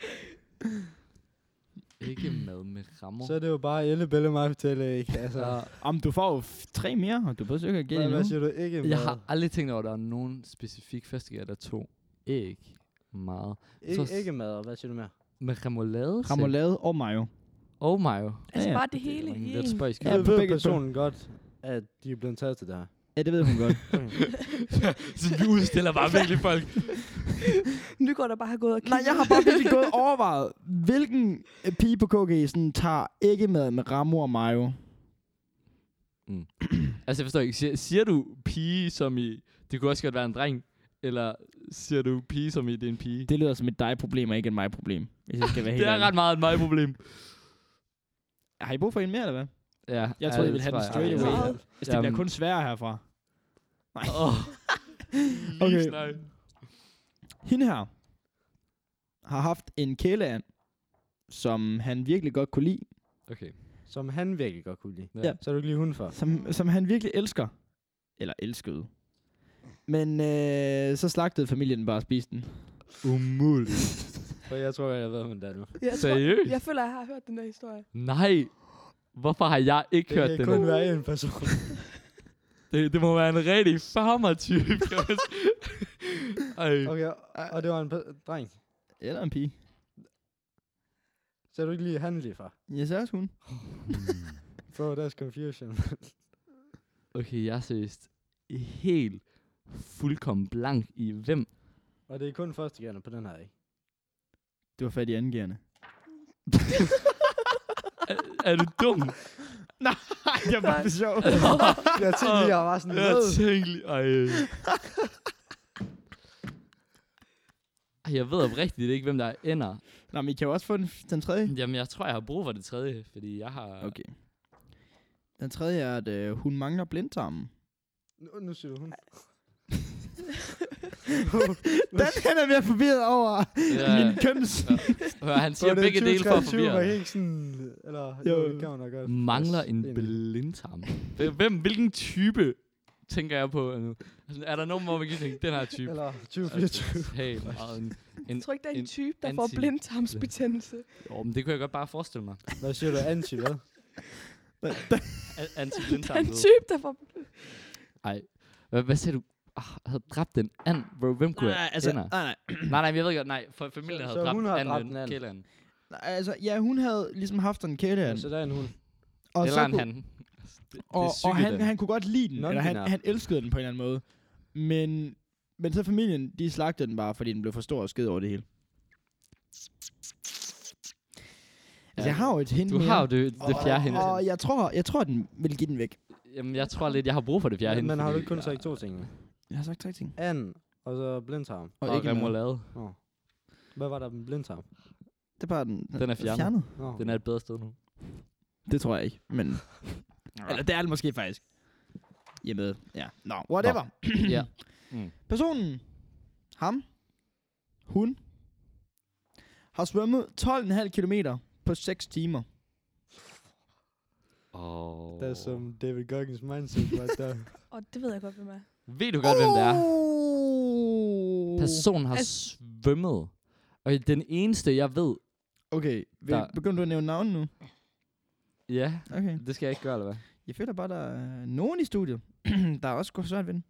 Ikke mad med rammer. Så er det jo bare Elle Belle mig fortælle, ikke? Altså, Ja. Om du får jo f- tre mere, og du behøver ikke at gætte hvad, hvad endnu. siger du? Ikke Jeg mad? har aldrig tænkt over, at der er nogen specifik førstegær, der tog æg meget. Ikke, så- ikke mad, og hvad siger du mere? Med remoulade. Remoulade og mayo. Og mayo. Altså Ja, ja. bare det hele Det er i lidt en. spøjs. Ja, Ja, på ved begge personen godt, at de er blevet taget til det her? Ja, det ved hun godt. Så vi udstiller bare virkelig folk. Nygaard, der bare har gået og Nej, jeg har bare virkelig gået og overvejet, hvilken øh, pige på K G sådan tager ikke med med ramo og mayo. Mm. Altså, jeg forstår ikke. Siger, siger du pige som i, det kunne også godt være en dreng, eller siger du pige som i, det er en pige? Det lyder som et dig-problem og ikke et mig-problem, hvis jeg skal være helt Det er ærlig. ret meget et mig-problem. Har I brug for en mere, eller hvad? Ja, Jeg troede, I ville have den straight jeg. away. Ja. Altså, det bliver Jamen. kun sværere herfra. Oh. Okay. Okay. Hende her har haft en kæleand, som han virkelig godt kunne lide. Okay. Som han virkelig godt kunne lide. Ja. Så er du ikke lige hun for. Som, som han virkelig elsker. Eller elskede. Men øh, så slagtede familien den bare og spiste den. Umuligt. For jeg tror, jeg ved, hvem det er nu. Jeg, tror, Seriøst? jeg føler, jeg har hørt den der historie. Nej. Hvorfor har jeg ikke Det hørt kan den? kun være en person. Det, det må være en rigtig farmer-type, kan man sige. Ej. Okay, og- og det var en pe- dreng. Eller en pige. Så er du ikke lige han lige fra? Ja, så også hun. Bro, that's confusion. Okay, jeg er seriøst helt fuldkommen blank i hvem. Og det er kun førstegærende på den her, ikke? Det var fat i angiverne. er, er du dum? Nej, det var bare for sjov. Jeg tænkte lige, jeg var sådan Jeg med. tænkte lige, ej. Ej, jeg ved oprigtigt ikke, hvem der er ender. Nå, men I kan jo også få den, den tredje. Jamen, jeg tror, jeg har brug for det tredje, fordi jeg har... Okay. Den tredje er, at øh, hun mangler blindtarmen. Nu, nu siger du hun. Den han er mere forvirret over Ja. min køns. Hør, han siger Bro, det er begge dele for at tyve treogtyve, var forvirre. ikke sådan... Eller, Jo. jo, det kan man nok godt. Mangler Yes, en enig. blindtarm. Hvem, hvilken type tænker jeg på nu. Altså, er der nogen, hvor man kan tænke, den her type? Eller tyve fireogtyve. Altså, hey, meget en, en, Jeg tror ikke, der er en, en type, der får anti- blindtarmsbetændelse. jo, men det kunne jeg godt bare forestille mig. Hvad siger du? Anti, hvad? A- Der er Anti-blindtarm. en type, der får... Ej, hvad, hvad siger du? Ah, havde dræbt en and, bro. Hvem kunne Nej, jeg? altså, Ender? nej, nej. nej, nej, jeg ved godt, nej. For familien Så- havde så dræbt hun har anden dræbt en end and. kæleanden. Nej, altså, ja, hun havde ligesom haft sådan en kæleand. Så der er en hund. Og, Eller så en kunne, han. Det, og, det er og han, psykedan. han kunne godt lide den, eller han, Non-binær. han elskede den på en eller anden måde. Men, men så familien, de slagtede den bare, fordi den blev for stor og sked over det hele. Altså, jeg har jo et hint Du mere. har jo det, det fjerde hint. Og jeg tror, jeg tror, den vil give den væk. Jamen, jeg tror lidt, jeg har brug for det fjerde hint. Men har du fordi- ikke kun sagt to ting? Jeg har sagt tre ting. And, og så blindtarm. Og, Og ikke mad. remoulade. Nå. Hvad var der med blindtarm? Det er bare den. Den er fjernet. Nå. Den er et bedre sted nu. Det tror jeg ikke, men... Eller det er det måske faktisk. Jamen, ja. Nå, whatever. Ja. Mm. Personen, ham, hun, har svømmet tolv komma fem kilometer på seks timer. Oh. Det er som David Goggins mindset right der. Og det ved jeg godt, hvem er. Ved du godt, hvem det er? Oh! Personen har Altså- svømmet. Og den eneste, jeg ved... Okay, vil, Der- begynder du at nævne navn nu? Ja, Okay. det skal jeg ikke gøre, eller hvad? Jeg føler bare, der er nogen i studiet, der er også går svært ved den.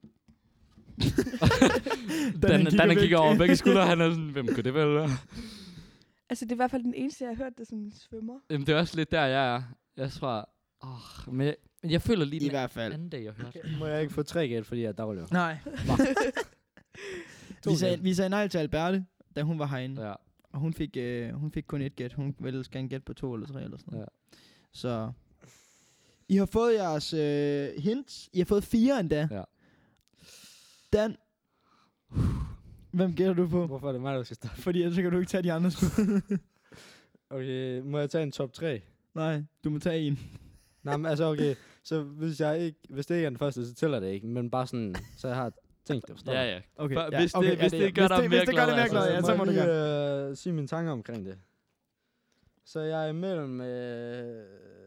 Dan, Dan, Dan kigger over begge skuldre, han er sådan, hvem kunne det vel være? Altså, det er i hvert fald den eneste, jeg har hørt, der sådan svømmer. Jamen, det er også lidt der, jeg er. Jeg tror... Åh, men, jeg, men jeg føler lige I den hvert fald. anden dag, jeg hørte. Må jeg ikke få tre gæt, fordi jeg er daglig? Nej. vi, sagde, vi sagde nej til Alberte, da hun var herinde. Ja. Og hun fik, øh, hun fik kun et gæt. Hun ville ellers gerne gætte på to eller tre eller sådan noget. Ja. Så I har fået jeres øh, hints. I har fået fire endda. Ja. Dan. Hvem gætter du på? Hvorfor er det mig, der skal starte? Fordi ellers så kan du ikke tage de andre skud. Okay, må jeg tage en top tre? Nej, du må tage en. Nej, men altså okay, så hvis, jeg ikke, hvis det ikke er den første, så tæller det ikke. Men bare sådan, så jeg har tænkt det. forstår du? Ja, ja. Okay, For- ja, hvis det- okay, hvis ja, det gør dig hvis det, mere hvis det gør glad, dig mere altså, glad, så ja, må så jeg må du lige, gerne. øh, sige mine tanker omkring det. Så jeg er imellem... Øh,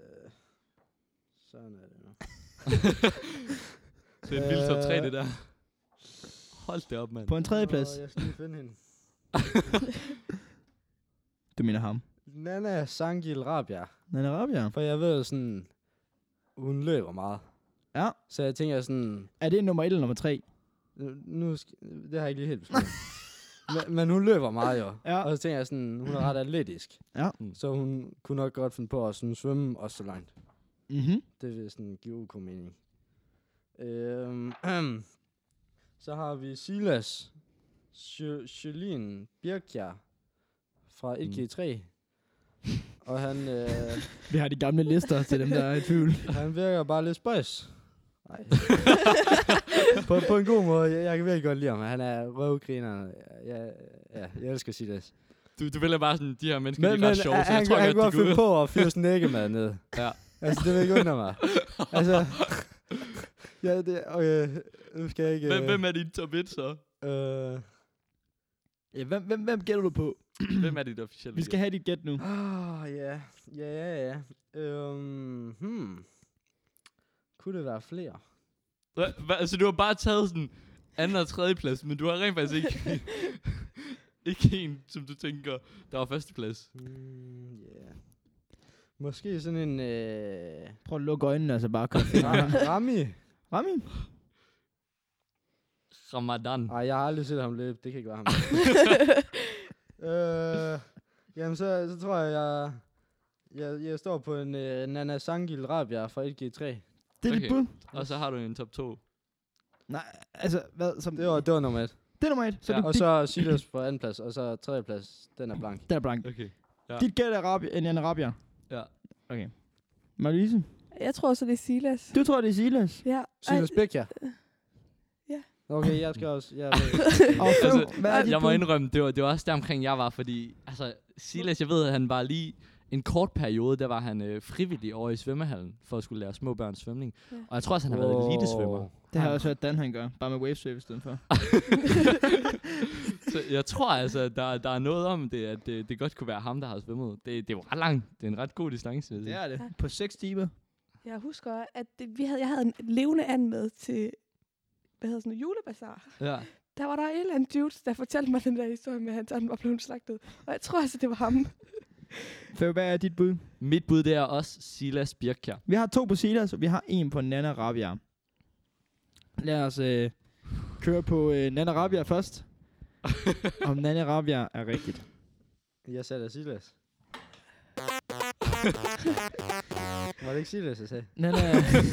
sådan er det nu. Det er en vild top tre, Øh. det der. Hold det op, mand. På en tredje plads. Åh, jeg skal lige finde hende. Du mener ham. Nana Sangil Rabia. Nana Rabia. For jeg ved sådan, hun løber meget. Ja. Så jeg tænker sådan, Er det nummer et eller nummer tre? nu, nu sk- det har jeg ikke lige helt besluttet. men, men hun løber meget jo. Ja. Og så tænker jeg sådan, hun er ret atletisk. Ja. Mm. Så hun kunne nok godt finde på at sådan svømme også så langt. Mhm. Det vil sådan give ok mening. Øhm, så har vi Silas Sjølin Birkjær fra et G tre. Og han, øh, Vi har de gamle lister til dem, der er i tvivl. han virker bare lidt spøjs. Nej. på, på en god måde. Jeg, jeg kan virkelig godt lide ham. Han er røvgriner. Jeg, ja, jeg elsker Silas. Du, du vil bare sådan, de her mennesker, Men, de er ret men sjove, så han, jeg tror han, han godt, kunne de godt finde går ud. på at fyre sådan en æggemad ned. Ja. Altså, det vil ikke undre mig. Altså, ja, det, okay, nu skal jeg ikke... Hvem, hvem er din top et så? Øh, Ja, hvem, hvem, hvem gætter du på? Hvem er dit officielle? Vi skal have dit gæt nu. Ah, ja. Ja, ja, ja. Øhm, hmm. Kunne det være flere? Hva, hva, altså, du har bare taget sådan anden og tredje plads, men du har rent faktisk ikke, ikke en, som du tænker, der var første plads. Mm, yeah. Måske sådan en... Øh, Prøv at lukke øjnene, altså bare kom. Ra- Rami? Rami? Ramadan. Ej, jeg har aldrig set ham løbe. Det kan ikke være ham. øh, jamen, så, så tror jeg, jeg... Jeg, jeg står på en øh, Nana Sangil Rabia fra et G tre. Det er dit Okay. bud? Og så har du en top to. Nej, altså, hvad? Som, Det var, det var nummer et. det er nummer et. Så Ja. ja. du, Og dit, så Silas på anden plads, og så tredje plads, den er blank. den er blank. Okay. Ja. Dit gæt er Rabia, en Nana Rabia. Ja. Okay. Marise? Jeg tror så, det er Silas. Du tror, det er Silas? Ja. Silas Bækja? Ja. Okay, jeg skal også... Jeg, Og fem, Altså, hvad er dit Jeg må bud? indrømme, det var, det var også der omkring jeg var, fordi altså, Silas, jeg ved, at han var lige en kort periode, der var han øh, frivillig over i svømmehallen, for at skulle lære små børn svømning. Ja. Og jeg tror også, han har været elitesvømmer. Det har jeg også hørt, Dan han gør. Bare med wavesurf i stedet for. Så jeg tror altså, at der, der er noget om det, at det, det godt kunne være ham, der har svømmet. Det, det er jo ret langt. Det er en ret god distance. vil jeg Det sige. er det. På seks timer. Jeg husker, at det, vi havde, jeg havde en levende and med til, hvad hedder sådan noget, julebazar. Ja. Der var der en eller anden dude, der fortalte mig den der historie med, at hans and var blevet slagtet. Og jeg tror altså, det var ham. Fæv, hvad er dit bud? Mit bud, det er også Silas Birkjær. Vi har to på Silas, og vi har en på Nana Rabia. Lad os øh, køre på øh, Nana Rabia først. Om Nana Rabia er rigtigt. Jeg sagde da Silas. Var det ikke Silas, jeg sagde? Nana,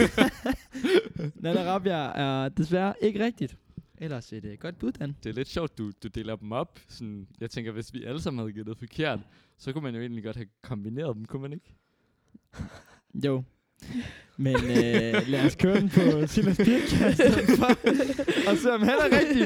Nana Rabia er desværre ikke rigtigt. Ellers et øh, godt bud, Dan. Det er lidt sjovt, du, du deler dem op. Sådan, jeg tænker, hvis vi alle sammen havde gættet forkert, så kunne man jo egentlig godt have kombineret dem, kunne man ikke? Jo. Men øh, lad os køre den på Silas Birkjær i stedet for. Og se om han er rigtig.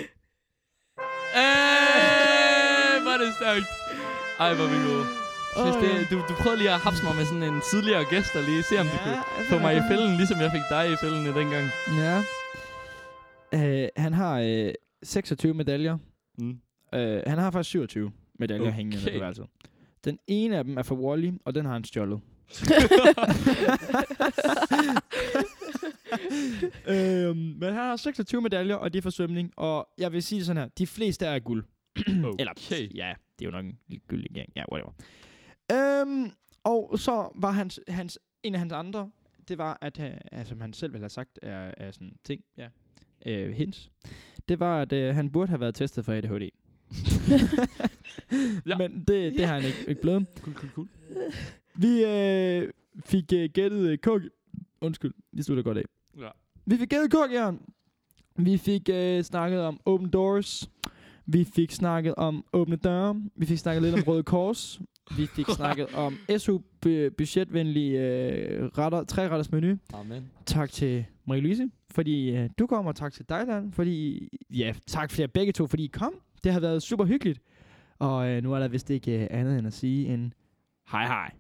Ej, hvor er det stærkt. Ej, hvor er vi gode. Synes, Åh, det, ja. du, du prøvede lige at hapse mig med sådan en tidligere gæst, og lige se, om ja, du kunne altså, få mig i jeg kan- fælden, ligesom jeg fik dig i fælden i dengang. Ja. Øh, han har øh, seksogtyve medaljer. Mm. Øh, han har faktisk syvogtyve medaljer Okay. hængende på værelset. Den ene af dem er for Wally, og den har han stjålet. øhm, men han har seksogtyve medaljer, og det er for svømning. Og jeg vil sige det sådan her. De fleste er guld. Okay. Eller, ja, det er jo nok en gyldig gang. Ja, whatever. Øhm, og så var hans, hans, en af hans andre, det var, at, øh, altså, som han selv ville have sagt, er, er sådan ting, ja, øh, hints. Det var, at øh, han burde have været testet for A D H D. Ja. Men det, det Ja. har han ikke, ikke blevet. Cool, cool, cool. Vi øh, fik øh, gættet øh, kog... Undskyld, vi slutter godt af. Ja. Vi fik gættet kogjern. Vi fik øh, snakket om Open Doors. Vi fik snakket om åbne døre. Vi fik snakket lidt om Røde Kors. Vi fik snakket om S U-budgetvenlig øh, retter, tre-retters menu. Amen. Tak til Marie-Louise, fordi øh, du kom, og tak til dig, Dan, fordi... Ja, tak for jer begge to, fordi I kom. Det har været super hyggeligt. Og øh, nu er der vist ikke øh, andet end at sige en hej hej.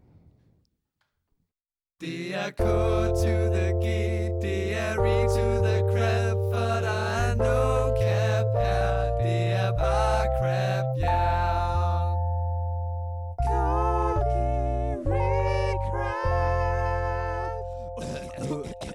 Det er K to the G, det er R to the crap, for der er no cap her, det er bare crap, ja. Yeah.